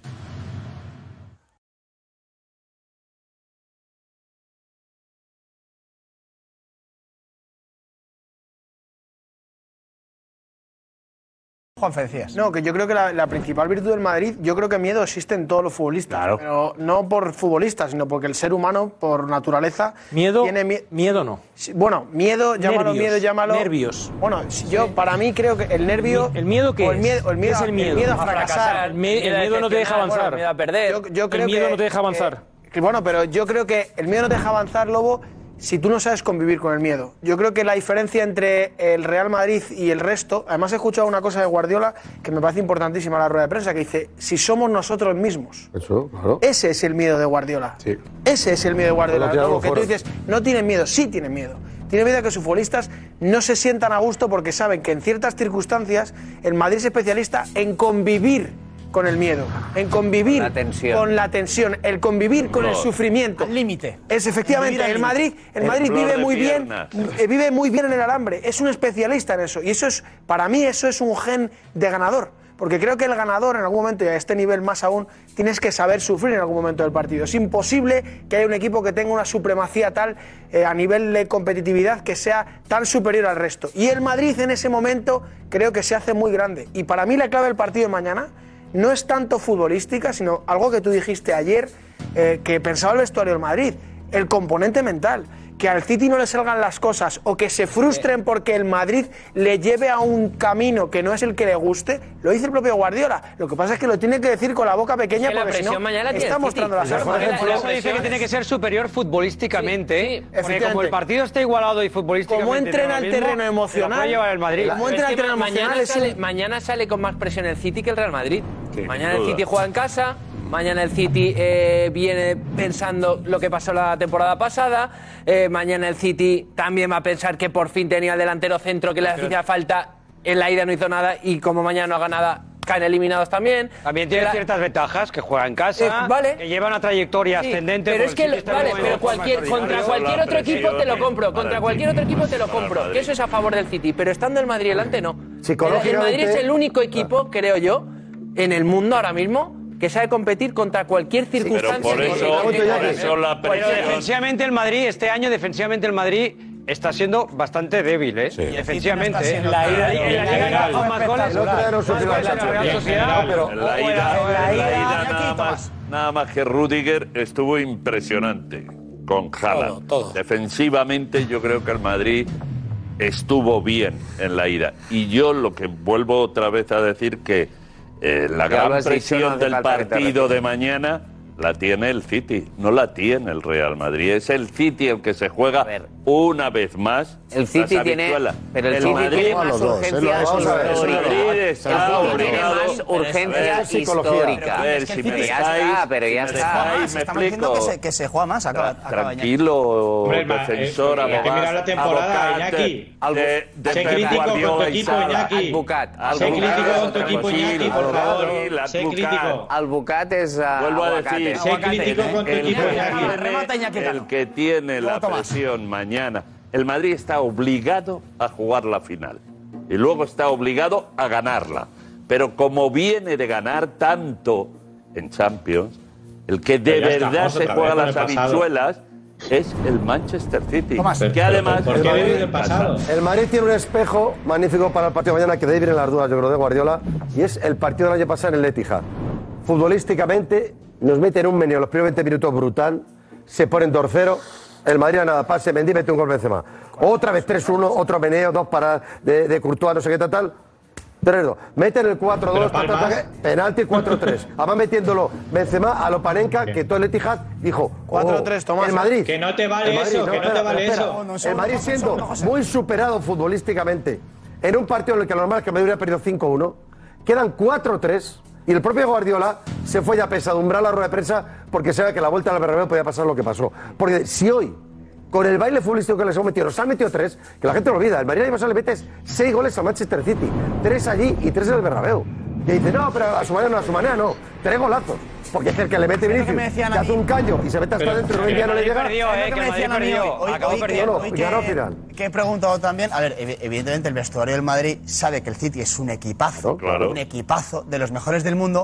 Juanfe, decías. No, que yo creo que la, la principal virtud del Madrid, yo creo que miedo existe en todos los futbolistas. Claro. Pero no por futbolistas, sino porque el ser humano, por naturaleza, miedo, tiene miedo. Miedo no. Bueno, miedo, llámalo nervios, miedo, llámalo. Nervios. Bueno, yo para mí creo que el nervio. ¿El miedo qué o el miedo, o el miedo, es el miedo? El miedo a fracasar. fracasar. El, me, el miedo no te deja avanzar. Bueno, el miedo a perder. Yo, yo creo el miedo que, no te deja avanzar. Que, que, bueno, pero yo creo que el miedo no te deja avanzar, Lobo, si tú no sabes convivir con el miedo. Yo creo que la diferencia entre el Real Madrid y el resto... Además he escuchado una cosa de Guardiola que me parece importantísima en la rueda de prensa, que dice, si somos nosotros mismos. Eso, claro. Ese es el miedo de Guardiola. Sí. Ese es el miedo de Guardiola. Bueno, Lobo, que tú dices, no tienen miedo, sí tienen miedo. Tienen miedo a que sus futbolistas no se sientan a gusto porque saben que en ciertas circunstancias el Madrid es especialista en convivir con el miedo, en convivir la tensión. con la tensión, el convivir con no. el sufrimiento. Al límite. Es efectivamente, el Madrid, el Madrid vive muy bien, vive muy bien en el alambre, es un especialista en eso. Y eso es, para mí, eso es un gen de ganador. Porque creo que el ganador, en algún momento, y a este nivel más aún, tienes que saber sufrir en algún momento del partido. Es imposible que haya un equipo que tenga una supremacía tal eh, a nivel de competitividad que sea tan superior al resto. Y el Madrid en ese momento creo que se hace muy grande. Y para mí la clave del partido de mañana no es tanto futbolística, sino algo que tú dijiste ayer, eh, que pensaba el vestuario del Madrid, el componente mental. Que al City no le salgan las cosas o que se frustren porque el Madrid le lleve a un camino que no es el que le guste, lo dice el propio Guardiola. Lo que pasa es que lo tiene que decir con la boca pequeña es que porque si no está mostrando las armas. Por ejemplo, eso dice que tiene que ser superior futbolísticamente, sí, sí. Porque como el partido está igualado y futbolísticamente como entrena el terreno emocional, llevar el Madrid. Como entrena el terreno emocional, mañana sale, mañana sale con más presión el City que el Real Madrid. Sí, mañana el City juega en casa. Mañana el City eh, viene pensando lo que pasó la temporada pasada. Eh, mañana el City también va a pensar que por fin tenía el delantero centro que le hacía falta. En la ida no hizo nada y como mañana no haga nada, caen eliminados también. También tiene la... ciertas ventajas, que juega en casa, eh, vale. que lleva una trayectoria sí, ascendente. Pero es que, vale, pero cualquier, contra cualquier otro equipo te lo compro. Contra cualquier otro equipo te lo compro. Que eso es a favor del City. Pero estando el Madrid delante, no. El Madrid es el único equipo, creo yo, en el mundo ahora mismo, que sabe competir contra cualquier circunstancia. Sí, pero por eso, por eso la presión... Pero defensivamente el Madrid, este año defensivamente el Madrid está siendo bastante débil, ¿eh? Sí. Defensivamente. ¿eh? En la ida, en la Liga con más goles. En la ida nada más, nada más que Rüdiger estuvo impresionante con Haaland. Todo, todo. Defensivamente yo creo que el Madrid estuvo bien en la ida. Y yo lo que vuelvo otra vez a decir que Eh, la gran presión del partido de mañana la tiene el City, no la tiene el Real Madrid. Es el City el que se juega una vez más El City Las tiene, habitualas. pero el, El City Madrid- tiene más los dos, urgencia es lo- vamos a ver, el histórica. Madrid El está City tiene obligado- más urgencia Eso es psicología. histórica. A ver, si me Pero ya dejáis- está, pero ya si me está. dejáis, me Estamos diciendo que explico. se, que se juega más. Acaba, acaba Tranquilo, Hombre, ma- defensor, eh, hay que abogado. mirar la temporada, abogado, Iñaki. de- de Sé Pep crítico con tu Guardiola y equipo, Sala. Iñaki. Advocat. Sé crítico con tu equipo, Iñaki, por favor. Sé crítico. Albucat es uh, Vuelvo a aguacate. decir, Sé crítico con tu el, equipo, que Iñaki. tiene, el que tiene la presión mañana. El Madrid está obligado a jugar la final y luego está obligado a ganarla. Pero como viene de ganar tanto en Champions, el que de Pero ya verdad estamos se otra juega vez con las el pasado. habichuelas es el Manchester City. Tomás. que Pero, además ¿por qué juega viene en del casa. El Madrid tiene un espejo magnífico para el partido de mañana, que de ahí vienen las dudas, yo creo, de Guardiola, y es el partido del año pasado en el Etihad. Futbolísticamente nos meten un meneo los primeros veinte minutos brutal, se ponen dos cero, el Madrid a nada, pase, Mendy mete un gol Benzema. Otra vez tres uno, otro meneo, dos paradas de, de Courtois, no sé qué tal, tal. tres dos. Meten el cuatro dos, Pero Palmas- penalti cuatro tres. Además metiéndolo Benzema a lo Panenka, que todo el Etihad dijo cuatro tres, oh, Tomás. el Madrid. Que no te vale el Madrid, eso, que no te espera, vale espera. eso. No, no, El segundo, Madrid José, siendo segundo, José. muy superado futbolísticamente en un partido en el que lo normal es que el Madrid hubiera perdido cinco uno, quedan cuatro tres y el propio Guardiola se fue ya a pesadumbrar la rueda de prensa porque sabe que la vuelta al Bernabéu podía pasar lo que pasó. Porque si hoy, con el baile futbolístico que les hemos metido, nos han metido tres, que la gente lo olvida, el Madrid año pasado le metes seis goles a Manchester City, tres allí y tres en el Bernabéu. Y dice, no, pero a su manera no, a su manera no, tres golazos. Porque es que el que le mete Es lo que Vinicius, me que decían a hace mí. un caño y se mete hasta Pero- dentro y no, que ya no le el Madrid llega. perdió, Es lo eh, que que me el decían a Madrid mí perdió, hoy, hoy, acabó hoy que- perdiendo. hoy Ganó al que, final. que he preguntado también. A ver, evi- evidentemente el vestuario del Madrid sabe que el City es un equipazo, Claro. un equipazo de los mejores del mundo,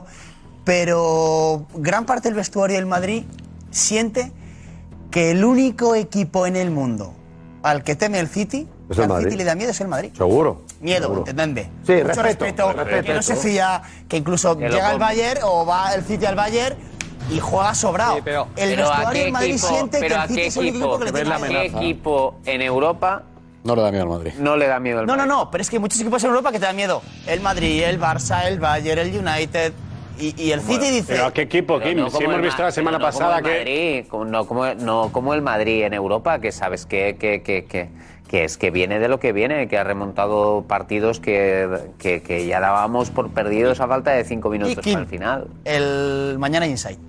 pero gran parte del vestuario del Madrid siente que el único equipo en el mundo al que teme el City, Es que el al Madrid. City le da miedo, es el Madrid. Seguro. Miedo, Seguro. entendedme. Sí, Mucho respeto, respeto, respeto. que no se fía, que incluso Que lo llega al com- Bayern o va el City al Bayern y juega sobrado. Sí, pero- el Pero ¿a vestuario qué del Madrid equipo, siente que pero el a City qué es el único equipo, equipo que le tiene ¿a qué miedo. equipo en Europa No le da miedo al Madrid. no le da miedo el No, no, Madrid? no, pero es que hay muchos equipos en Europa que te dan miedo. El Madrid, el Barça, el Bayern, el United. Y, y el City dice. ¿Pero a qué equipo, Pero Kim? no si como hemos el visto Ma- la semana pero no como pasada el que... Madrid, como- no, como, no como el Madrid en Europa, que sabes que, que, que, que, que es que viene de lo que viene, que ha remontado partidos que, que, que ya dábamos por perdidos a falta de cinco minutos Y Kim. para el final. El mañana Inside.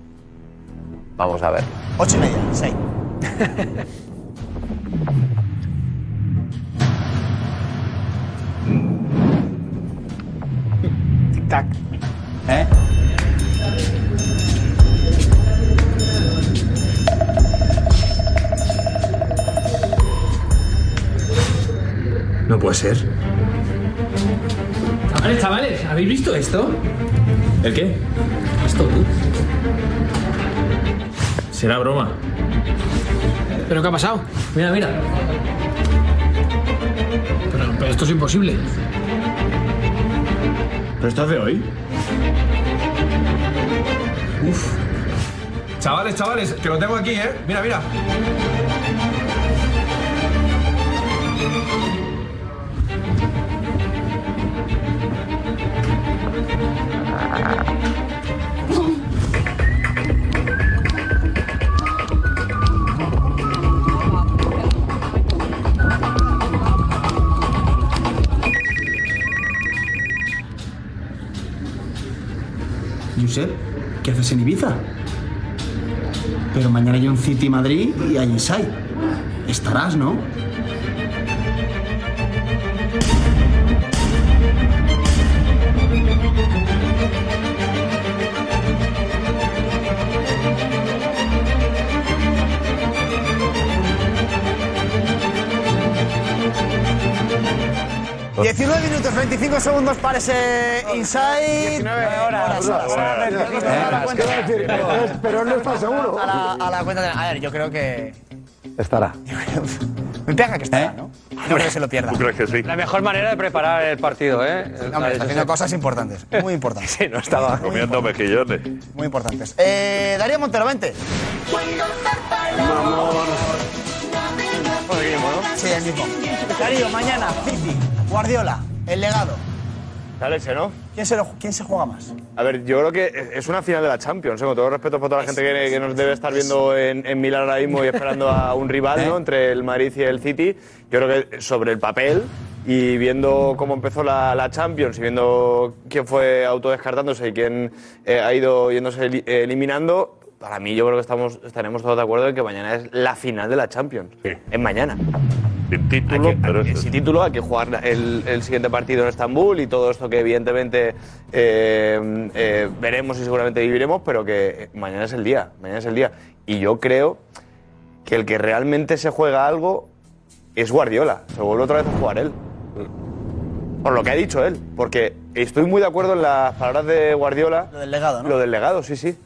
Vamos a ver. Ocho y media, seis. Tic-tac. ¿Eh? No puede ser. Chavales, chavales, ¿habéis visto esto? ¿El qué? Esto, tú. Será broma. ¿Pero qué ha pasado? Mira, mira. Pero, pero esto es imposible. ¿Pero esto es de hoy? Uf. Chavales, chavales, que lo tengo aquí, ¿eh? Mira, mira. Josep, ¿qué haces en Ibiza? Pero mañana hay un City Madrid y hay Inside. Estarás, ¿no? diecinueve minutos, veinticinco segundos para ese Inside. diecinueve horas. horas. Pero no está seguro. A la, a la cuenta de. A ver, yo creo que. Estará. Me pega que estará, ¿no? No creo que se lo pierda. ¿Tú crees que sí? La mejor manera de preparar el partido, ¿eh? Hombre, está haciendo cosas importantes, muy importantes. Sí, no estaba. Comiendo mejillones. Muy importantes. Eh, Darío Montero, vente. Sí, el mismo. Darío, mañana, City, Guardiola, el legado. La leche, ¿no? ¿Quién se, lo, ¿Quién se juega más? A ver, yo creo que es una final de la Champions, ¿eh? Con todo respeto por toda la gente que, que nos debe estar viendo en, en Milán ahora mismo y esperando a un rival, ¿no? Entre el Madrid y el City. Yo creo que sobre el papel y viendo cómo empezó la, la Champions y viendo quién fue autodescartándose y quién eh, ha ido yéndose el, eliminando, para mí yo creo que estamos, estaremos todos de acuerdo en que mañana es la final de la Champions. Sí. Es mañana. Sin título, Hay que- pero hay- es- sin título hay que jugar el, el siguiente partido en Estambul y todo esto que evidentemente eh, eh, veremos y seguramente viviremos, pero que mañana es el día, mañana es el día. Y yo creo que el que realmente se juega algo es Guardiola, se vuelve otra vez a jugar él. Por lo que ha dicho él, porque estoy muy de acuerdo en las palabras de Guardiola. Lo del legado, ¿no? Lo del legado, sí, sí.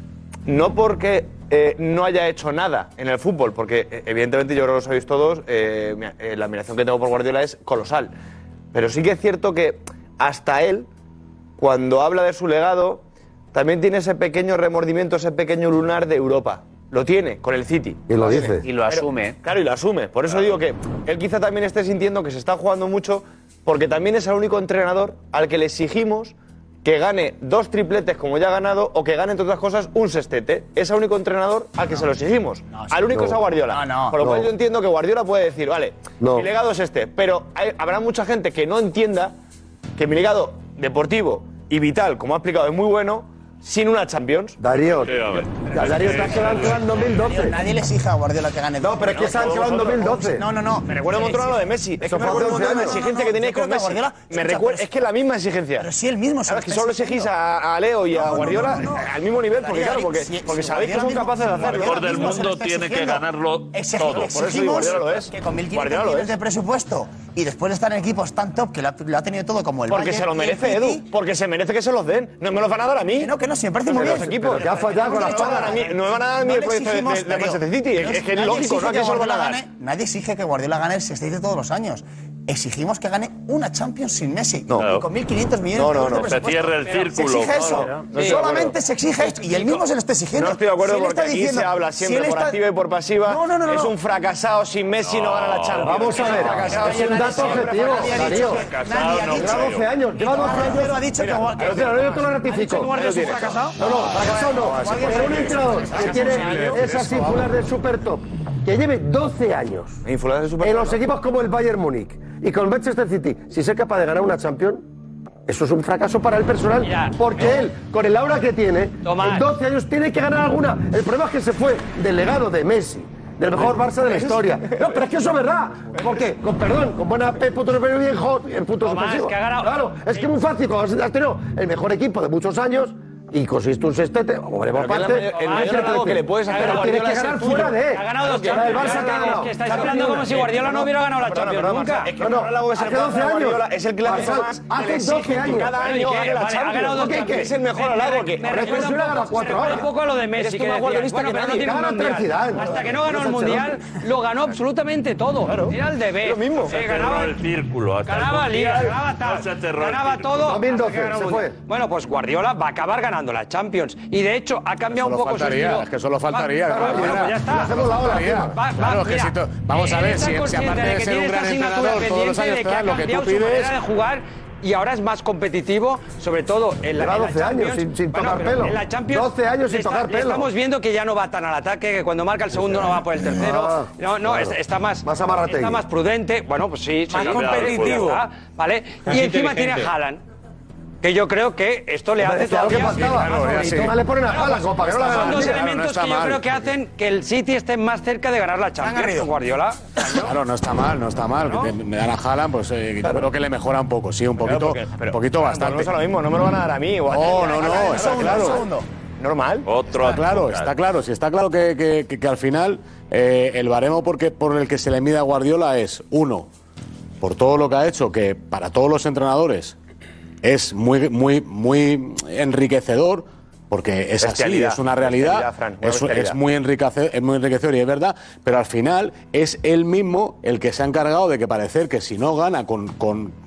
No porque eh, no haya hecho nada en el fútbol, porque eh, evidentemente yo creo que lo sabéis todos, eh, mi- eh, la admiración que tengo por Guardiola es colosal. Pero sí que es cierto que hasta él, cuando habla de su legado, también tiene ese pequeño remordimiento, ese pequeño lunar de Europa. Lo tiene con el City. Y lo dice. Y lo asume. Claro, y lo asume. Por eso digo que él quizá también esté sintiendo que se está jugando mucho, porque también es el único entrenador al que le exigimos que gane dos tripletes como ya ha ganado o que gane, entre otras cosas, un sextete. Es el único entrenador al que se lo exigimos. al único no. es a Guardiola. No, no. Por lo cual No. yo entiendo que Guardiola puede decir, vale, No. mi legado es este, pero hay- habrá mucha gente que no entienda que mi legado deportivo y vital, como ha explicado, es muy bueno, sin una Champions. Darío, Ya, Darío, te has quedado en dos mil doce. Nadie le exige a Guardiola que gane. No, pero es que se han quedado en dos mil doce. No, no, no. Me recuerda un montón a lo de Messi. Es que Eso me fue recuerda un hace montón a la once años. exigencia que tenéis Yo con creo que Messi. Guardiola- Me escucha, recuerda, pero- es que es la misma exigencia. Pero sí, el mismo. Claro, es que solo exigís a, a Leo y a No, no, no, Guardiola no, no. al mismo nivel, porque Darío, claro, porque, si- porque si sabéis que son Guardiola capaces de mismo- hacerlo. El mejor del mismo se lo mundo está tiene que exigiendo. ganarlo Exigi- todo. Por eso digo, Exigimos Guardiola lo es. que con mil Guardiola quinientos lo millones es. de presupuesto y después de estar en equipos tan top que lo ha, lo ha tenido todo como el Porque Bayern se lo y el merece, City, Edu. Porque se merece que se los den. No me los van a dar a mí. Que no, que no, si me parece Los muy de bien. los equipos. Pero que ha fallado con No las me van a dar a mí- No me van a dar a mí el le proyecto de- exigimos, de- de Darío. Manchester City. Es, es que es Nadie lógico, exige ¿no? ¿A que quién se lo van a Guardiola dar? gane- Nadie exige que Guardiola gane el sextete todos los años. Exigimos que gane una Champions sin Messi. No. Y con mil quinientos millones No, de no, euros no. de Se presupuesto. cierra el Pero círculo. Se exige eso. No, no, no estoy de Solamente acuerdo. se exige esto. Y él mismo se lo está exigiendo. No estoy de acuerdo Si él porque está aquí diciendo- se habla si siempre él por está- activa y por pasiva. No, no, no, no, es no. un fracasado sin Messi no, gana la Champions. Vamos a ver, Fracasado es sin un Messi, dato siempre objetivo, fracasado. Darío. Fracasado, no Lleva creo. doce años, lleva doce años. Guardiola ha dicho que Guardiola- Pero, pero yo te lo ratifico. Guardiola es un fracasado. No, no, fracasado no. Pero un entrenador que tiene esas ínfulas de super top, que lleve doce años Ínfulas de super en los equipos como el Bayern Múnich y con el Manchester City, si es capaz de ganar una Champions, eso es un fracaso para el personal. Mira, porque no. él, con el aura que tiene, Tomás. en doce años tiene que ganar alguna. El problema es que se fue del legado de Messi, del mejor Barça de la historia. No, pero es que eso es verdad. ¿Por qué? Con perdón, con buena P, punto superior y en hot, en puntos Tomás, suspensivos. que ha ganado- Claro, es que es muy fácil. Cuando has tenido el mejor equipo de muchos años y consiste un sextete, como veremos Pero que es la parte, mayor- el mayor halago que le puedes hacer a pero tienes Guardiola que es ganar el fuera tuyo. de. Ha ganado dos La del Champions. Barça que ha ganado. Es que estáis Claro, hablando como si Guardiola no hubiera ganado la Perdona, Champions perdona, nunca. Marcelo, es que No, no, el halago es el hace que doce hace años. Guardiola, es el que le hace Hace- más. hace que le doce exige que años. Cada Bueno, año ¿y qué? gane la Vale, ha ganado dos Champions. Champions. Es el mejor Me- halago me- que. me Pero recuerda si un le ha ganado poco- cuatro me recuerda años. un poco a lo de Eres Messi. tú que más decías, guardiolista bueno, que pero no nadie. tiene un Gana mundial. tres Zidane. Hasta que no ganó el No, mundial, lo ganó absolutamente todo. Era el deber. Lo mismo. Eh, Se ganaba, cerró el círculo. Hasta el ganaba Liga, Mundial ganaba no tal, se cerró el ganaba círculo. todo. dos mil doce, hasta que ganó el se mundial. fue. Bueno, pues Guardiola va a acabar ganando la Champions. Y de hecho ha cambiado un Solo poco su faltaría, estilo. es que solo faltaría. Va- claro, bueno, mira, pues ya está. hacemos la ola, faltaría. Va- va- Claro, que mira, si to- vamos a él ver, está si, si consciente aparte de que ser tiene un gran esta asignatura entrenador todos los pendiente años de te que dan ha lo que cambiado tú su manera pides. de jugar y ahora es más competitivo, sobre todo en la, Lleva en la doce años Champions. sin- sin Bueno, tocar pero pelo. En la Champions doce años sin le está- tocar le pelo. Estamos viendo que ya no va tan al ataque, que cuando marca el segundo no va por el tercero. Ah, no, no, claro. está, está más, Más amarrategui. está más prudente. Bueno, pues sí, Más sí, competitivo. ya está, ¿vale? Más Y encima tiene inteligente. a Haaland, que yo creo que esto le hace Es que algo que todavía faltaba. más Claro, ya bonito. sí. Encima le ponen a Haaland como para que no la Son hagan. dos Claro, no elementos está que yo mal. creo que hacen que el City esté más cerca de ganar la Champions Garrido. con Guardiola. Claro, no está mal, no está mal. Que me dan a Haaland, pues eh, yo creo que le mejora un poco, sí, un poquito, porque- pero- un poquito bastante. Volvemos a lo mismo, no me lo van a dar a mí. Igual. No, no, no, está Un claro. segundo. Normal. Otro Está claro, advocat. está claro. Sí, está claro que, que- que- que al final eh, el baremo porque, por el que se le mide a Guardiola es, uno, por todo lo que ha hecho, que para todos los entrenadores es muy, muy, muy enriquecedor, porque es así, Bestialidad, es una realidad, bestialidad, Fran, una es, bestialidad. es muy enriquece- es muy enriquecedor y es verdad, pero al final es él mismo el que se ha encargado de que parecer que si no gana con, con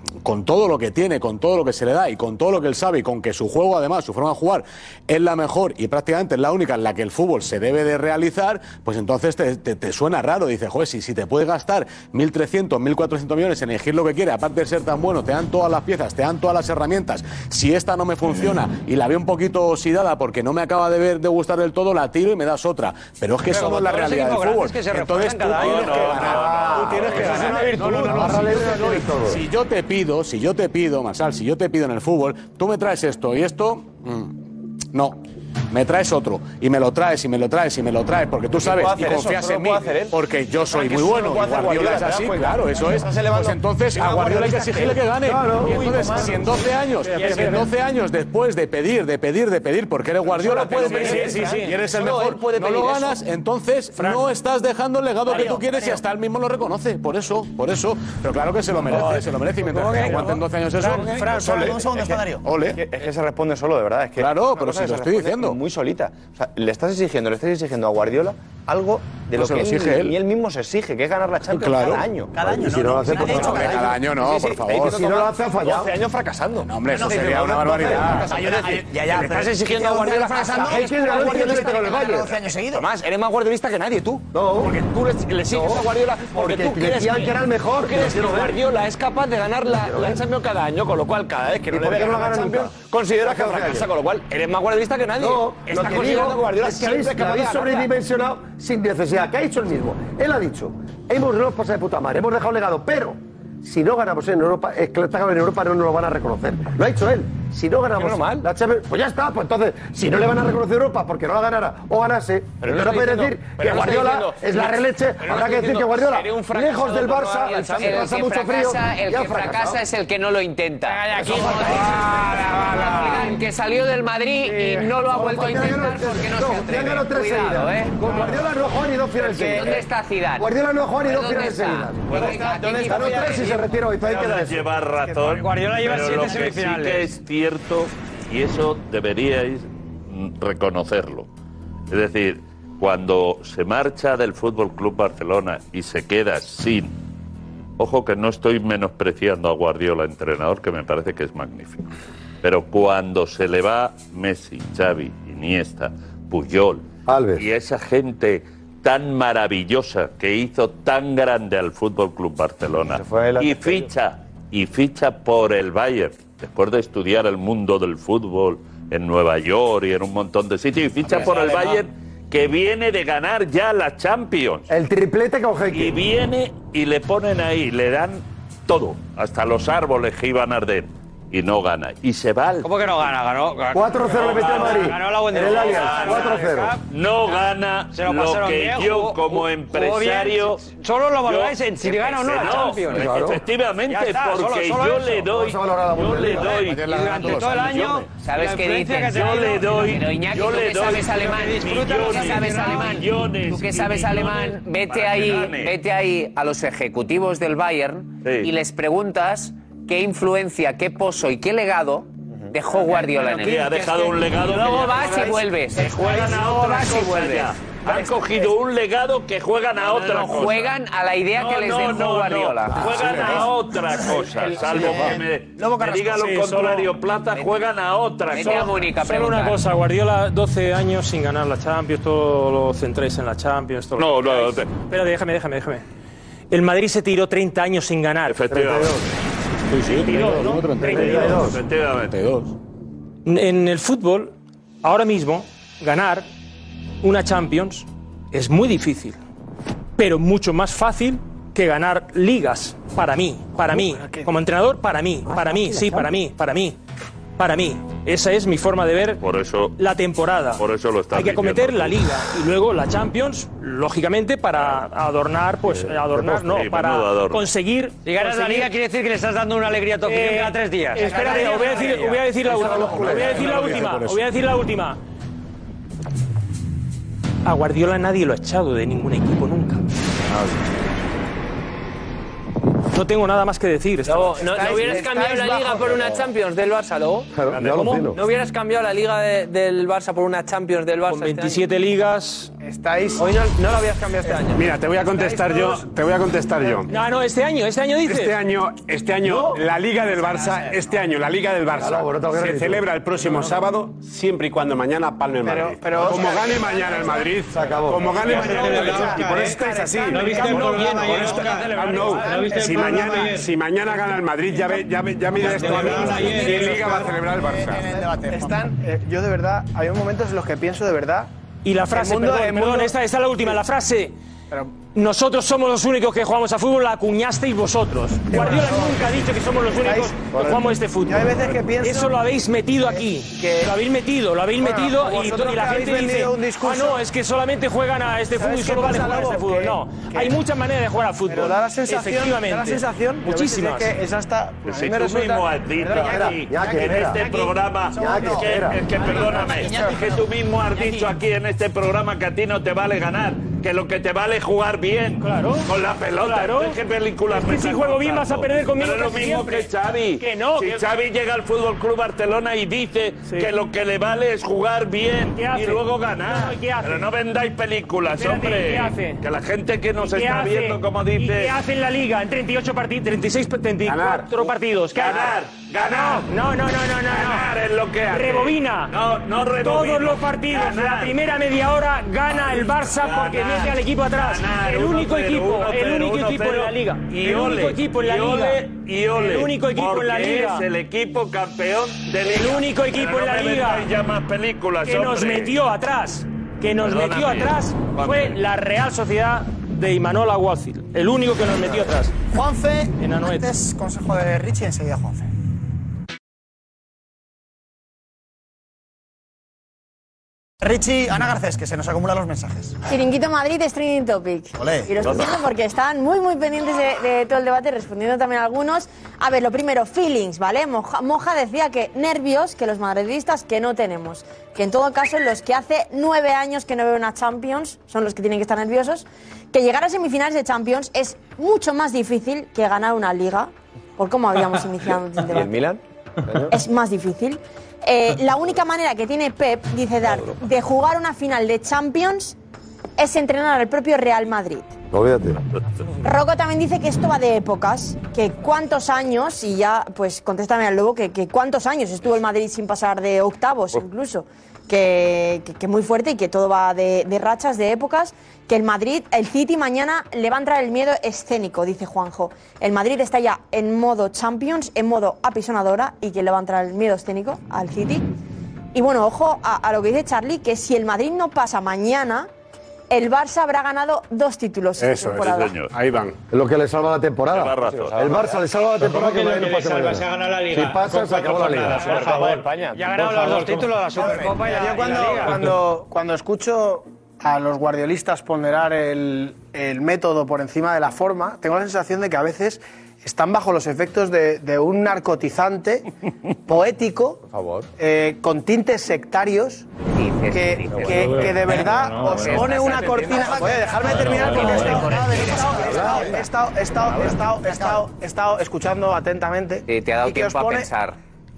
con todo lo que tiene, con todo lo que se le da y con todo lo que él sabe y con que su juego, además, su forma de jugar es la mejor y prácticamente es la única en la que el fútbol se debe de realizar, pues entonces te, te, te suena raro. Dices, joder, si, si te puedes gastar mil trescientos, mil cuatrocientos millones en elegir lo que quieres, aparte de ser tan bueno, te dan todas las piezas, te dan todas las herramientas. Si esta no me funciona y la veo un poquito oxidada porque no me acaba de ver de gustar del todo, la tiro y me das otra. Pero es que eso no es la realidad del fútbol. Entonces tú tienes que ganar. Tú tienes que ganar. No, no, no. Si yo te pido, si yo te pido, Marsal, si yo te pido en el fútbol, tú me traes esto y esto, mmm, no. Me traes otro, y me lo traes, y me lo traes, y me lo traes, porque tú sabes y confías en mí, porque yo soy muy bueno, y Guardiola es así, claro, eso es. Pues entonces a Guardiola hay que exigirle que gane. Y entonces, si en doce años, si en doce años después de pedir, de pedir, de pedir, porque eres Guardiola, puedes pedir, y eres el mejor, no lo ganas, entonces no estás dejando el legado que tú quieres y hasta él mismo lo reconoce. Por eso, por eso. Pero claro que se lo merece, se lo merece, y mientras que aguanten doce años eso, un segundo, ole. Es que se responde solo, de verdad. Claro, pero si lo estoy diciendo. Muy solita. O sea, le estás exigiendo, le estás exigiendo a Guardiola algo de Pues lo se que lo exige él, él. y él mismo se exige, que es ganar la Champions Claro. cada año. Cada año, Y si no no, lo hace, no, pues no, no, cada cada año no, por favor. Si no lo hace, ha fallado. doce años fracasando. No, hombre, eso sería una barbaridad. Ya, ya, le estás exigiendo a Guardiola fracasando. Es que es la Guardiola con el Bayern. doce años seguidos. Tomás, eres más guardiolista que nadie, tú. No. Porque tú le, le sigues a Guardiola porque, porque tú crees decían que era el mejor, tú crees que que quiero ver. Guardiola es capaz de ganar la, la Champions cada año, con lo cual cada vez que no ¿Y le por ve qué no ganar la la gana Champions, nunca? consideras que Hace doce fracasa, años. con lo cual eres más guardiola que nadie. No, lo Estás que considerando digo que Guardiola es que habéis, siempre que habéis capaz de ganarla. sobredimensionado sin necesidad. ¿Qué ha dicho él mismo? Él ha dicho, hemos no nos pasa de puta madre, hemos dejado un legado, pero si no ganamos en Europa, es que en Europa no nos lo van a reconocer. Lo ha dicho él. Si no ganamos normal. la Champions, pues ya está. Pues entonces, si no le van a reconocer Europa porque no la ganara o ganase, Pero no no puede estoy decir diciendo- que pero no estoy Guardiola diciendo- es la releche. pero no Habrá estoy que decir que diciendo, Guardiola, sería un fracasado lejos del por no Barça, ganar la le Champions. pasa El que mucho frío. fracasa, el y ha que fracasado. fracasa es el que no lo intenta. Aquí que salió del Madrid y no lo ha vuelto a intentar porque no se Ya atreve. ganó tres Cuidado, seguidas. ¿eh? Con Guardiola no juega ni dos finales Porque, seguidas. ¿dónde está Zidane? Guardiola no juega ni dos ¿Dónde finales está? seguidas. ¿Dónde está? ¿Dónde está? Ganó tres y se retiró. Y todavía queda Puedes eso. llevar razón. Guardiola lleva pero siete lo que semifinales. Sí que es cierto, y eso deberíais mm, reconocerlo. Es decir, cuando se marcha del Fútbol Club Barcelona y se queda sin. Ojo que no estoy menospreciando a Guardiola, entrenador, que me parece que es magnífico. Pero cuando se le va Messi, Xavi, Iniesta, Puyol y esa gente tan maravillosa que hizo tan grande al Fútbol Club Barcelona y ficha y ficha por el Bayern después de estudiar el mundo del fútbol en Nueva York y en un montón de sitios y ficha por el Bayern que viene de ganar ya la Champions. El triplete con Heike. Y viene y le ponen ahí, le dan todo, hasta los árboles que iban a arder. Y no gana. Y se va al... ¿Cómo que no gana? Ganó. ganó cuatro cero le metió al Madrid. Ganó la En el Allianz, cuatro cero. No gana Se lo lo pasaron que bien, yo jugó- como jugó empresario... bien. Solo lo valoráis yo- en si gana o no la No, Champions. Claro. Efectivamente, Ya está, solo- porque solo yo eso. le doy... Vamos a valorar la Yo le Bundesliga. doy... Y durante todo el año, ¿Sabes la qué influencia dicen? que ha Yo tenido- le doy... Pero Iñaki, yo tú le que doy sabes alemán, millones, tú que sabes alemán, millones tú que y sabes millones alemán, vete para que ahí, gane. vete ahí a los ejecutivos del Bayern y les preguntas qué influencia, qué pozo y qué legado dejó Guardiola en el Que ha dejado un legado... Y luego que ya vas y jugáis- vuelves. que juegan a Luego otra vas y cosa vuelves. ya. Han cogido un legado que juegan a otra no, cosa. juegan a la idea que les dejó no, Guardiola. No. Juegan a otra cosa, El- salvo el- que me, me diga lo Sí, contrario solo- Plaza, juegan a otra Vete a cosa. Mónica a Solo una preguntar. cosa, Guardiola, doce años sin ganar la Champions, todo lo centráis en la Champions. Todo No, lo que no, queráis. te- Espérate, déjame, déjame, déjame. El Madrid se tiró treinta años sin ganar. Efectivamente. Sí, sí, treinta y dos, ¿no? treinta y dos. Efectivamente. En el fútbol, ahora mismo, ganar una Champions es muy difícil, pero mucho más fácil que ganar ligas. Para mí, para mí, como entrenador, para mí, para mí, sí, para mí, para mí, para mí. Esa es mi forma de ver Por eso, la temporada. por eso lo estás Hay que acometer diciendo la tú. liga y luego la Champions, lógicamente, para adornar, pues adornar, no, Sí, para menudo adorno. conseguir. Si ganas la conseguir- liga, quiere decir que le estás dando una alegría a tu afición Eh, cada tres días. Espérate, os voy a decir, os voy a decir la última. Os voy a decir la última. Os voy a decir la última. A Guardiola nadie lo ha echado de ningún equipo nunca. No tengo nada más que decir. No, no, ¿no Estáis- hubieras cambiado estáis la liga bajo- por una Champions del Barça luego? Claro, ya ¿Cómo? alucino. ¿No hubieras cambiado la liga de- del Barça por una Champions del Barça? Con este veintisiete ligas, Estáis. Hoy no, no lo habías cambiado este año. Mira, te voy a contestar yo. Te voy a contestar yo. No, no, este año, este año dices. Este año, este año la Liga del Barça, este año la Liga del Barça Claro, bueno, tengo que se repetir. celebra el próximo sábado, siempre y cuando mañana palme el Pero- Madrid. pero, como Oscar, gane mañana el Madrid, se acabó. como gane Ya mañana se el Madrid, celebra, y por Oscar, eso estáis así. ¿No viste el Camp Nou, programa por ayer, esto- Oscar? Camp Nou. ¿No viste el Si programa mañana, ayer? si mañana gana el Madrid, ya ve, ya ve, ya mira esto. celebraron ayer, ¿Qué Oscar. Liga va a celebrar el Barça? En el debate. Están, eh, yo de verdad, hay momentos en los que pienso de verdad. Y la frase, el mundo- perdón, el perdón, mundo- esta, esta es la última, la frase. Pero- Nosotros somos los únicos que jugamos a fútbol, la acuñasteis vosotros. Guardiola nunca ha dicho que somos los únicos que jugamos este fútbol. Yo hay veces que pienso Eso lo habéis metido aquí. que- lo habéis metido, lo habéis Bueno, metido o y, vosotros y la que gente habéis dice, vendido un ah, discurso- no, es que solamente juegan a este fútbol y ¿Sabes solo qué vale pasa, jugar a este Lobo? fútbol. Que- No, que- hay muchas maneras de jugar al fútbol. Pero da la sensación, Efectivamente. da la sensación que a veces Muchísimas. es que es hasta. Pues a si mí me tú resulta- mismo has dicho Perdona, aquí, ya que en era. este programa, Ya que es que, era. es que perdóname, es que tú mismo has dicho aquí en este programa que a ti no te vale ganar, que lo que te vale es jugar bien Claro. con la pelota. Claro. ¿Qué películas Es que me si estás juego bien contando? vas a perder conmigo Pero es lo casi mismo siempre. que Xavi. Que no, Si que- Xavi llega al Fútbol Club Barcelona y dice Sí. que lo que le vale es jugar bien ¿Qué hace? y luego ganar. No, ¿y qué hace? Pero no vendáis películas, Espérate, hombre. ¿qué hace? Que la gente que nos ¿Y qué está hace? viendo, como ¿Y dice. qué hace en la liga en treinta y ocho partidos, treinta y seis, treinta y cuatro partidos? ¿Qué hace? Ganar, ganar. No, no, no, no, no. Ganar es lo que hace. Rebobina. No, no rebobina. Todos los partidos, Ganar. la primera media hora gana el Barça porque Ganar. mete al equipo atrás. Ganar, el único uno cero, equipo, uno el cero, único uno equipo en cero. la liga. Y el ole, único equipo en la y liga. ole, y ole. El único equipo en la Porque liga. es el equipo campeón de liga. El único equipo Pero en no la me liga. vendáis ya más películas, Que nos hombre. metió atrás. Que nos Perdóname, metió atrás fue Juanfe. la Real Sociedad de Imanol Alguacil. El único que nos metió atrás. Juanfe, En Anoeta. antes consejo de Richie, enseguida Juanfe. Richie, Ana Garcés, que se nos acumulan los mensajes. Chiringuito Madrid es trending topic. Olé. Y lo estoy viendo porque están muy, muy pendientes de, de todo el debate, respondiendo también a algunos. A ver, lo primero, feelings, ¿vale? Moja, Moja decía que nervios, que los madridistas que no tenemos. Que en todo caso, los que hace nueve años que no veo una Champions son los que tienen que estar nerviosos. Que llegar a semifinales de Champions es mucho más difícil que ganar una Liga, por cómo habíamos iniciado el ¿Y el debate. Milan? Es más difícil. Eh, la única manera que tiene Pep, dice Dar, de jugar una final de Champions es entrenar al propio Real Madrid. Olvídate. Rocco también dice que esto va de épocas, que cuántos años, y ya, pues contéstame al lobo, que, que cuántos años estuvo el Madrid sin pasar de octavos incluso, que, que, que muy fuerte y que todo va de, de rachas, de épocas, que el Madrid, el City mañana le va a entrar el miedo escénico, dice Juanjo. El Madrid está ya en modo Champions, en modo apisonadora, y que le va a entrar el miedo escénico al City. Y bueno, ojo a, a lo que dice Charlie, que si el Madrid no pasa mañana, el Barça habrá ganado dos títulos en Eso es, temporada. ahí van. Es lo que le salva la temporada. Lleva razón. El Barça le salva la temporada ¿Cómo que que lo el que Madrid le no pase salva? mañana. Se ha ganado la Liga Si pasa, con se acabó cuatro la Liga. jornadas. Por favor, España. Ya ha ganado los dos títulos de la Supercopa y la, Yo y la cuando, Liga. cuando, cuando escucho a los guardiolistas ponderar el, el método por encima de la forma, tengo la sensación de que a veces están bajo los efectos de, de un narcotizante poético, Por favor. eh, con tintes sectarios, Dices, que, dices. que, que de verdad No, no, os no, pone no, una no, cortina. no, no, Oye, dejadme terminar porque he estado- he estado- he estado- he estado- he estado- he estado- he estado escuchando atentamente. Sí, te ha dado y que os tiempo a pone- pensar.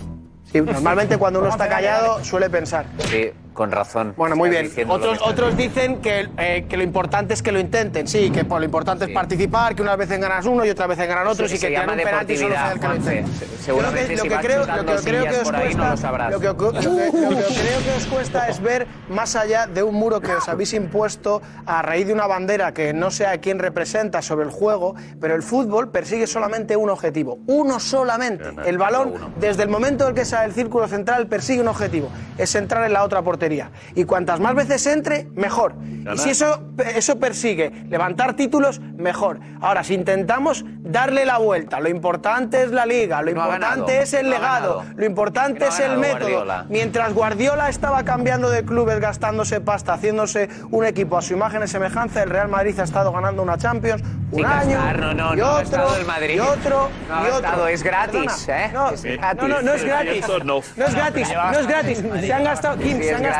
Sí, normalmente cuando uno está callado suele pensar. Sí, con razón. Bueno, muy Estás bien. diciendo lo Otros, que estás otros diciendo. dicen que, eh, que lo importante es que lo intenten. Sí, que pues, lo importante Sí. es participar, que unas veces ganas uno y otras veces ganan otros Eso y que se tiran llama un penalti y solo deportividad, sea el que lo Juanfe. intenta. Se- seguramente Yo lo que, si lo vas que creo, chutando lo que creo que sillas os por ahí no cuesta, lo sabrás. lo que, lo que- lo que creo que os cuesta es ver más allá de un muro que os habéis impuesto a raíz de una bandera que no sé a quién representa sobre el juego, pero el fútbol persigue solamente un objetivo, uno solamente. El balón, desde el momento en que sale el círculo central, persigue un objetivo, es entrar en la otra portería. Y cuantas más veces entre, mejor. Y si eso, eso persigue levantar títulos, mejor. Ahora, si intentamos darle la vuelta, lo importante es la Liga, lo No ha importante ganado, es el no ha legado, ganado. lo importante Que no ha es el ganado método. Guardiola. Mientras Guardiola estaba cambiando de clubes, gastándose pasta, haciéndose un equipo a su imagen y semejanza, el Real Madrid ha estado ganando una Champions un Sin año gastar, no, no, y no ha otro gastado el Madrid. y otro No ha y otro. gastado, es gratis, Perdona, ¿eh? No, Es gratis. no, no, no es gratis. Eso no. No es gratis, no es gratis. Se han gastado, Kim, Sí, se es han gastado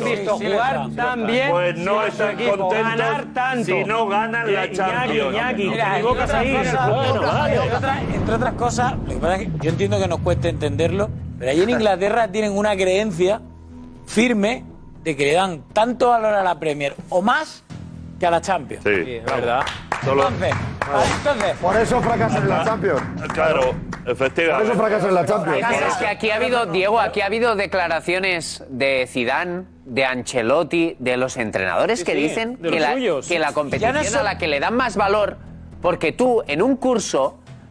han visto jugar tan bien. Pues no si a su están equipo contentos ganar tanto. si no ganan la Iñaki, Champions. Iñaki, No mira, te equivocas entre ahí. otras cosas- Bueno, vale. entre otras- entre otras cosas, lo que pasa es que yo entiendo que nos cueste entenderlo, pero allí en Inglaterra tienen una creencia firme de que le dan tanto valor a la Premier o más que a la Champions. Sí, es verdad. Solo- Entonces, entonces, Por eso fracasan en la Champions. Claro, efectivamente. Por eso fracasan en la Champions. Pero es que aquí ha habido, Diego, aquí ha habido declaraciones de Zidane, de Ancelotti, de los entrenadores Sí, que sí, dicen de que los la, suyos. que la competición Ya no es so- a la que le dan más valor, porque tú en un curso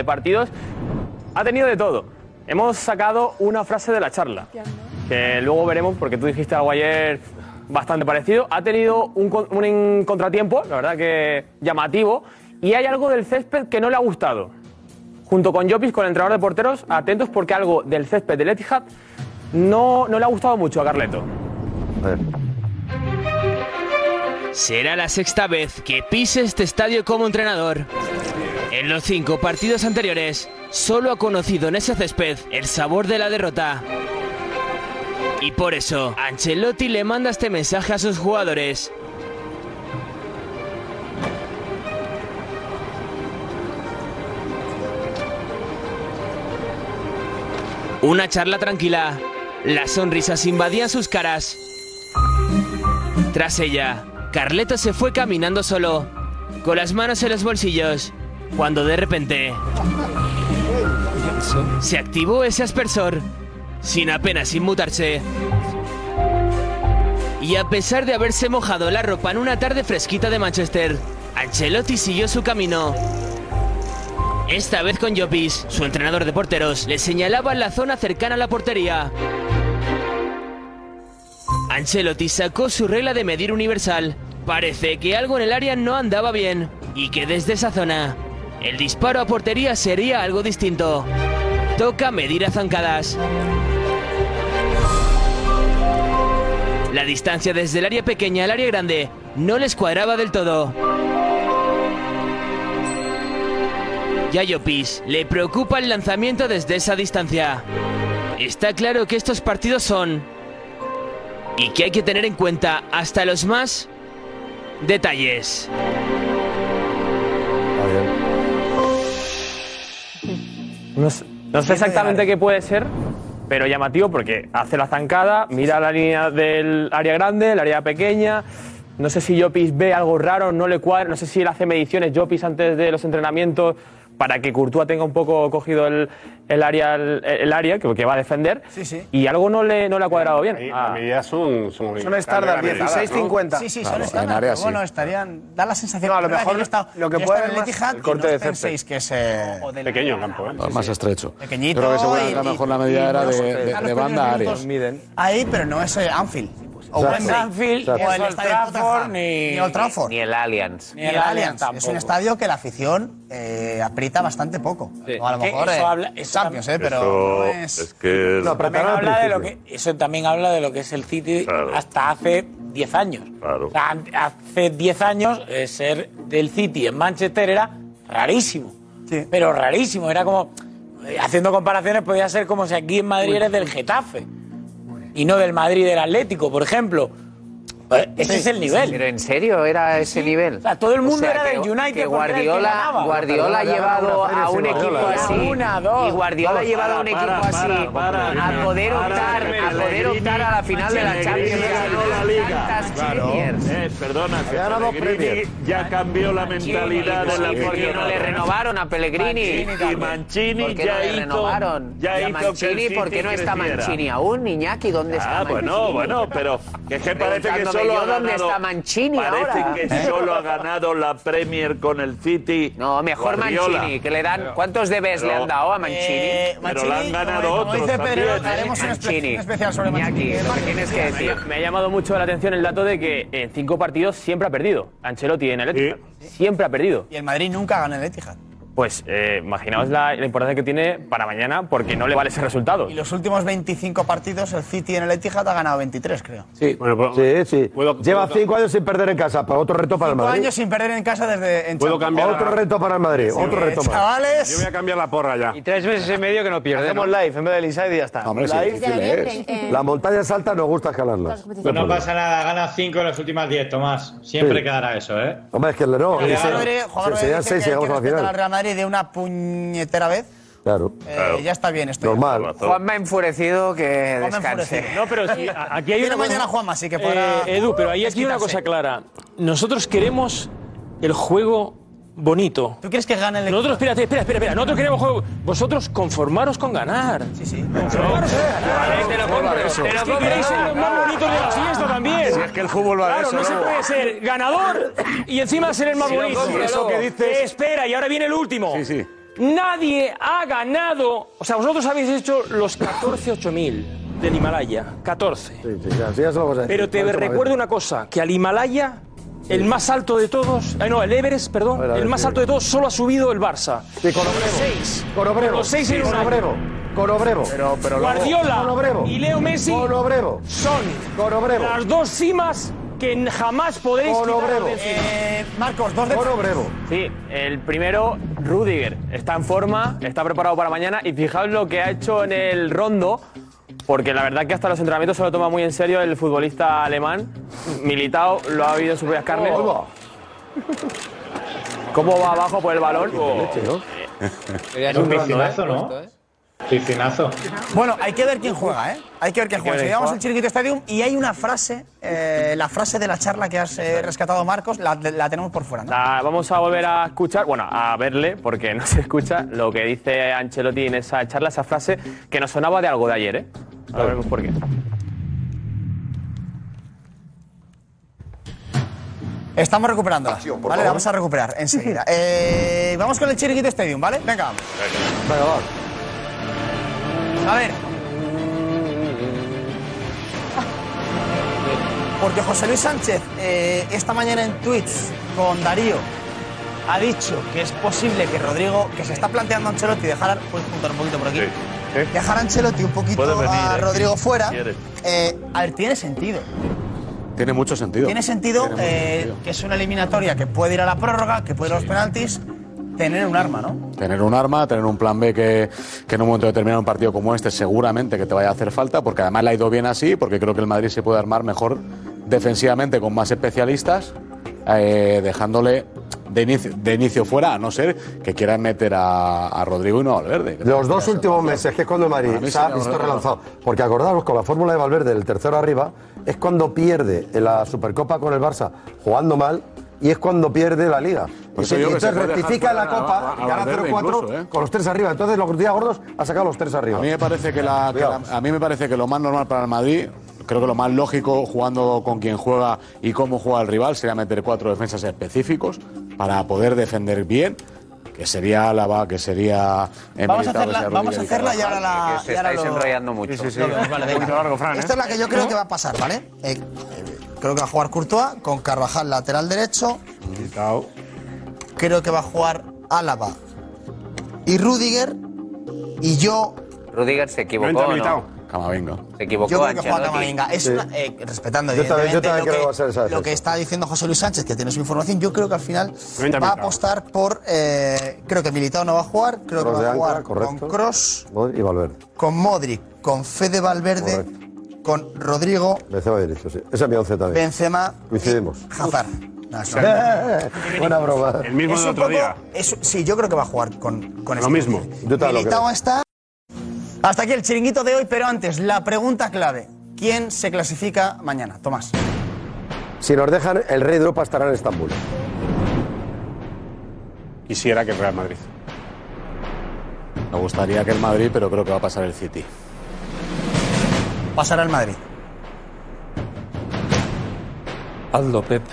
de partidos. Ha tenido de todo. Hemos sacado una frase de la charla, que luego veremos, porque tú dijiste algo ayer bastante parecido. Ha tenido un, con- un contratiempo, la verdad que llamativo, y hay algo del césped que no le ha gustado. Junto con Llopis, con el entrenador de porteros, atentos porque algo del césped del Etihad no, no le ha gustado mucho a Carleto. A ver. Será la sexta vez que pise este estadio como entrenador. En los cinco partidos anteriores, solo ha conocido en ese césped el sabor de la derrota. Y por eso, Ancelotti le manda este mensaje a sus jugadores. Una charla tranquila. Las sonrisas invadían sus caras. Tras ella, Carleto se fue caminando solo, con las manos en los bolsillos, cuando de repente se activó ese aspersor, sin apenas inmutarse. Y a pesar de haberse mojado la ropa en una tarde fresquita de Manchester, Ancelotti siguió su camino. Esta vez con Llopis, su entrenador de porteros, le señalaba la zona cercana a la portería. Ancelotti sacó su regla de medir universal. Parece que algo en el área no andaba bien y que desde esa zona el disparo a portería sería algo distinto. Toca medir a zancadas. La distancia desde el área pequeña al área grande no les cuadraba del todo. Y a Llopis le preocupa el lanzamiento desde esa distancia. Está claro que estos partidos son... y que hay que tener en cuenta hasta los más detalles. No sé, no sé exactamente qué puede ser, pero llamativo porque hace la zancada, mira la línea del área grande, el área pequeña. No sé si Llopis ve algo raro, no le cuadra. No sé si él hace mediciones Llopis antes de los entrenamientos para que Courtois tenga un poco cogido el, el área el, el área que, que va a defender. Sí, sí. Y algo no le, no le ha cuadrado bien. Las medidas son... Son, son estándar, dieciséis cincuenta. Sí, sí, Claro, son en estándar. área Pero sí. bueno, estarían... Da la sensación... No, a lo que mejor yo he estado- lo que yo he puede estado en el haber Etihad más- y corte no de está en césped. seis, que es... eh, Pequeño el campo, ¿eh? Más estrecho. Pequeñito Yo creo que seguramente y- a lo mejor la y- medida y era los- de, a de- los de primeros banda a área. minutos Ahí, pero no es eh, Anfield. O Exacto. Wembley. Anfield, o ni el Old estadio Trafford, Tottenham, ni- ni Old Trafford. Ni el Allianz. Ni el Allianz. Es un estadio que la afición eh, aprieta bastante poco. Sí. O a lo Que mejor eso eh, habla- eso Champions, eh, pero Eso no es... es que... No, también habla de lo que, eso también habla de lo que es el City hasta hace diez años. Claro. O sea, an- hace diez años eh, ser del City en Manchester era rarísimo. Pero rarísimo. Era como, eh, haciendo comparaciones, podía ser como si aquí en Madrid eres del Getafe y no del Madrid del Atlético, por ejemplo. Pues ese Sí, es el nivel. Pero en serio era ese nivel. O sea, todo el mundo O sea, era que- del United que porque era el que Guardiola, ganaba. Guardiola ha llevado Una a un feria, sí, equipo Guardiola. así. Una, dos, y Guardiola ha dos. llevado a un Para, equipo para, así para, para, a poder para, optar, para, a poder optar a la final de la Pellegrini Champions. ganó la Liga. Tantas Claro. Premiers. Eh, perdona, que Ganó dos Pellegrini Premier. ya cambió la mentalidad de la Sí, porque no le renovaron a Pellegrini. Y Mancini ¿Por qué ya no le hizo, renovaron? ya ¿Y a hizo que el Mancini, City ¿por qué no está creciera? Mancini aún? Iñaki, ¿dónde está Ah, Mancini? bueno, bueno, pero que es que parece que Preguntándome solo yo ha dónde ganado... está Mancini parece ahora. que ¿Eh? solo ha ganado la Premier con el City. No, mejor Guardiola. Mancini, que le dan... ¿Cuántos debes le Pero- han dado a Mancini? Eh, Pero le han ganado como otros dice Pedro, también, ¿eh? haremos un, espe- Mancini. un especial sobre Mancini. Iñaki, ¿qué tienes que decir? Me ha llamado mucho la atención el dato de que en cinco partidos siempre ha perdido. Ancelotti en el Etihad. Siempre ha perdido. Y el Madrid nunca gana el Etihad. Pues eh, imaginaos la, la importancia que tiene para mañana porque no le vale ese resultado. Y los últimos veinticinco partidos, el City en el Etihad ha ganado veintitrés, creo. Sí, Bueno, sí, sí. Lleva cinco años sin perder en casa. Para otro reto para el Cinco Madrid. años sin perder en casa desde en Puedo Champions. cambiar Otro la- reto para el Madrid. Sí, otro reto más. chavales. Yo voy a cambiar la porra ya. Y tres meses y medio que no pierde. Hacemos ¿no? live en vez del inside y ya está. Hombre, sí, live. difícil es. La montaña alta nos gusta escalarlas. Pues no pasa nada, gana cinco en las últimas diez, Tomás. Siempre Sí. quedará eso, ¿eh? Hombre, es que no. El ese- Real Madrid, Juan se- Rodríguez serían dice seis que y hay que llegamos a la respetar al final. Real Madrid de una puñetera vez. Claro. Eh, Ya está bien esto. Normal. Juanma enfurecido, que Juanma descanse. enfurecido. No, pero sí, a- aquí hay Viene una cosa- mañana Juanma, así que podrá Eh, Edu, pero ahí aquí hay una desquitarse. cosa clara. Nosotros queremos el juego bonito. ¿Tú quieres que gane el equipo? Nosotros, espérate, espera, espera, espera. Nosotros queremos juego. Vosotros conformaros con ganar. Sí, sí. Conformaros con ganar. Te lo compro, Es te lo que compro. queréis ser los más bonitos de la fiesta también. Si es que el fútbol va de Claro, eso, no se ¿no? puede ser ganador y encima ser el más Si lo bonito. compro, eso que dices- Espera, y ahora viene el último. Sí, sí. Nadie ha ganado. O sea, vosotros habéis hecho los catorce ocho mil del Himalaya. catorce. Sí, sí, ya, sí, ya se lo vamos a decir. Pero te Por eso me recuerdo una cosa, que al Himalaya el más alto de todos, eh, no, el Everest, perdón, A ver, a ver, el más sí. alto de todos solo ha subido el Barça. Sí, con Obrevo. Seis. Con Obrevo. Los seis Sí, en un con año. Obrevo. Con Obrevo. Pero, pero luego- Guardiola Con Obrevo. y Leo Messi Con Obrevo. son Con Obrevo. las dos cimas que jamás podréis Con quitar Obrevo. de encima. Eh, Marcos, dos de... Con Obrevo. Sí, el primero, Rüdiger, está en forma, está preparado para mañana y fijaos lo que ha hecho en el rondo, porque la verdad que hasta los entrenamientos se lo toma muy en serio el futbolista alemán. Militao lo ha vivido en sus propias carnes. Oh, ¿Cómo va abajo por el balón? Es un piscinazo, ¿no? Piscinazo. Bueno, hay que ver quién juega, ¿eh? Hay que ver quién Hay que juega. ver Si quién llegamos juega. al Chiringuito Stadium y hay una frase, eh, la frase de la charla que has eh, rescatado, Marcos, la, la tenemos por fuera, ¿no? La- vamos a volver a escuchar, bueno, a verle, porque no se escucha lo que dice Ancelotti en esa charla, esa frase que nos sonaba de algo de ayer, ¿eh? Ahora veremos por qué. Estamos recuperándola. por Vale, favor. la vamos a recuperar enseguida. Eh, vamos con el Chiringuito Stadium, ¿vale? Venga, vamos. Venga, va. A ver. Porque José Luis Sánchez, eh, esta mañana en tweets con Darío, ha dicho que es posible que Rodrigo, que se está planteando a Ancelotti dejar, puedes juntar un poquito por aquí, dejar a Ancelotti un poquito Puede venir, a eh, Rodrigo si fuera. quiere. Eh, a ver, tiene sentido. Tiene mucho sentido. Tiene sentido, Tiene mucho eh, sentido. que es una eliminatoria que puede ir a la prórroga, que puede ir a los penaltis, tener un arma, ¿no? Tener un arma, tener un plan B que, que en un momento determinado un partido como este seguramente que te vaya a hacer falta, porque además le ha ido bien así, porque creo que el Madrid se puede armar mejor defensivamente con más especialistas, eh, dejándole de inicio, de inicio fuera, a no ser que quieran meter a, a Rodrigo y no a Valverde. Los dos últimos meses, que es cuando el Para Madrid mí se ha sería visto Valverde. relanzado. Porque acordaros, con la fórmula de Valverde, el tercero arriba, es cuando pierde en la Supercopa con el Barça jugando mal y es cuando pierde la Liga. Por Y eso se- digo y que se entonces puede rectifica en la dejar Copa fuera a- a y gana Valverde cero cuatro incluso, ¿eh? con los tres arriba. Entonces los días gordos ha sacado los tres arriba. A mí me parece que, la, que la- a mí me parece que lo más normal para el Madrid, creo que lo más lógico jugando con quien juega y cómo juega el rival sería meter cuatro defensas específicos para poder defender bien, que sería Álava, que sería Vamos a Militao, que hacerla, sea vamos a Rüdiger y hacerla y ahora Carvajal. la. Que y ahora estáis lo- enrollando mucho. Sí, sí, sí. Lo vemos, vale, Un venga. poquito largo, Fran, ¿eh? Esta es la que yo creo que va a pasar, ¿vale? Eh, eh, creo que va a jugar Courtois con Carvajal lateral derecho. Creo que va a jugar Álava y Rüdiger. Y yo, Rudiger se equivocó, entra ¿no? Militao. Camavinga. Se equivocó yo creo que juega Ancelotti. Camavinga. Es Sí. una- eh, respetando, Yo también- yo evidentemente, también lo, creo que va a que, ser esa lo defensa. que está diciendo José Luis Sánchez, que tiene su información. Yo creo que al final Entra va a Militao. apostar por. eh, creo que Militao no va a jugar. Creo Cross que de va a jugar Ankara, correcto. con Kroos, Modric y Valverde. con Modric, con Fede Valverde, con Rodrigo, Benzema derecho, sí. Esa es mi once también. Benzema, Coincidimos. Hazard. No, es una- Buena broma. El mismo Es del un otro poco- día. es- sí, yo creo que va a jugar con, con Lo este mismo. perfil. Yo también lo Militao creo. está. Hasta aquí el chiringuito de hoy, pero antes, la pregunta clave. ¿Quién se clasifica mañana? Tomás. Si nos dejan, el rey de Europa estará en Estambul. Quisiera que el Real Madrid. Me gustaría que el Madrid, pero creo que va a pasar el City. Pasará el Madrid. Hazlo, Pep.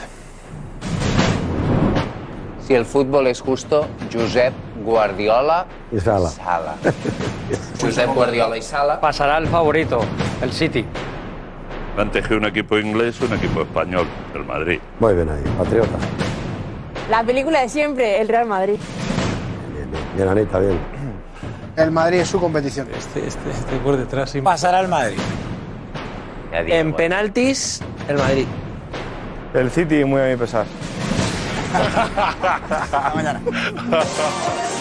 Si el fútbol es justo, Josep Guardiola Y Sala. Sala. Josep Guardiola y Sala. Pasará el favorito, el City. Antes que un equipo inglés, un equipo español, el Madrid. Muy bien ahí, patriota. La película de siempre, el Real Madrid. Bien, Anita, bien. El Madrid es su competición. Este, este, este por detrás. Sí. Pasará al Madrid. Ya digo, En bueno. penaltis, el Madrid. El City muy a mi pesar. Hasta mañana.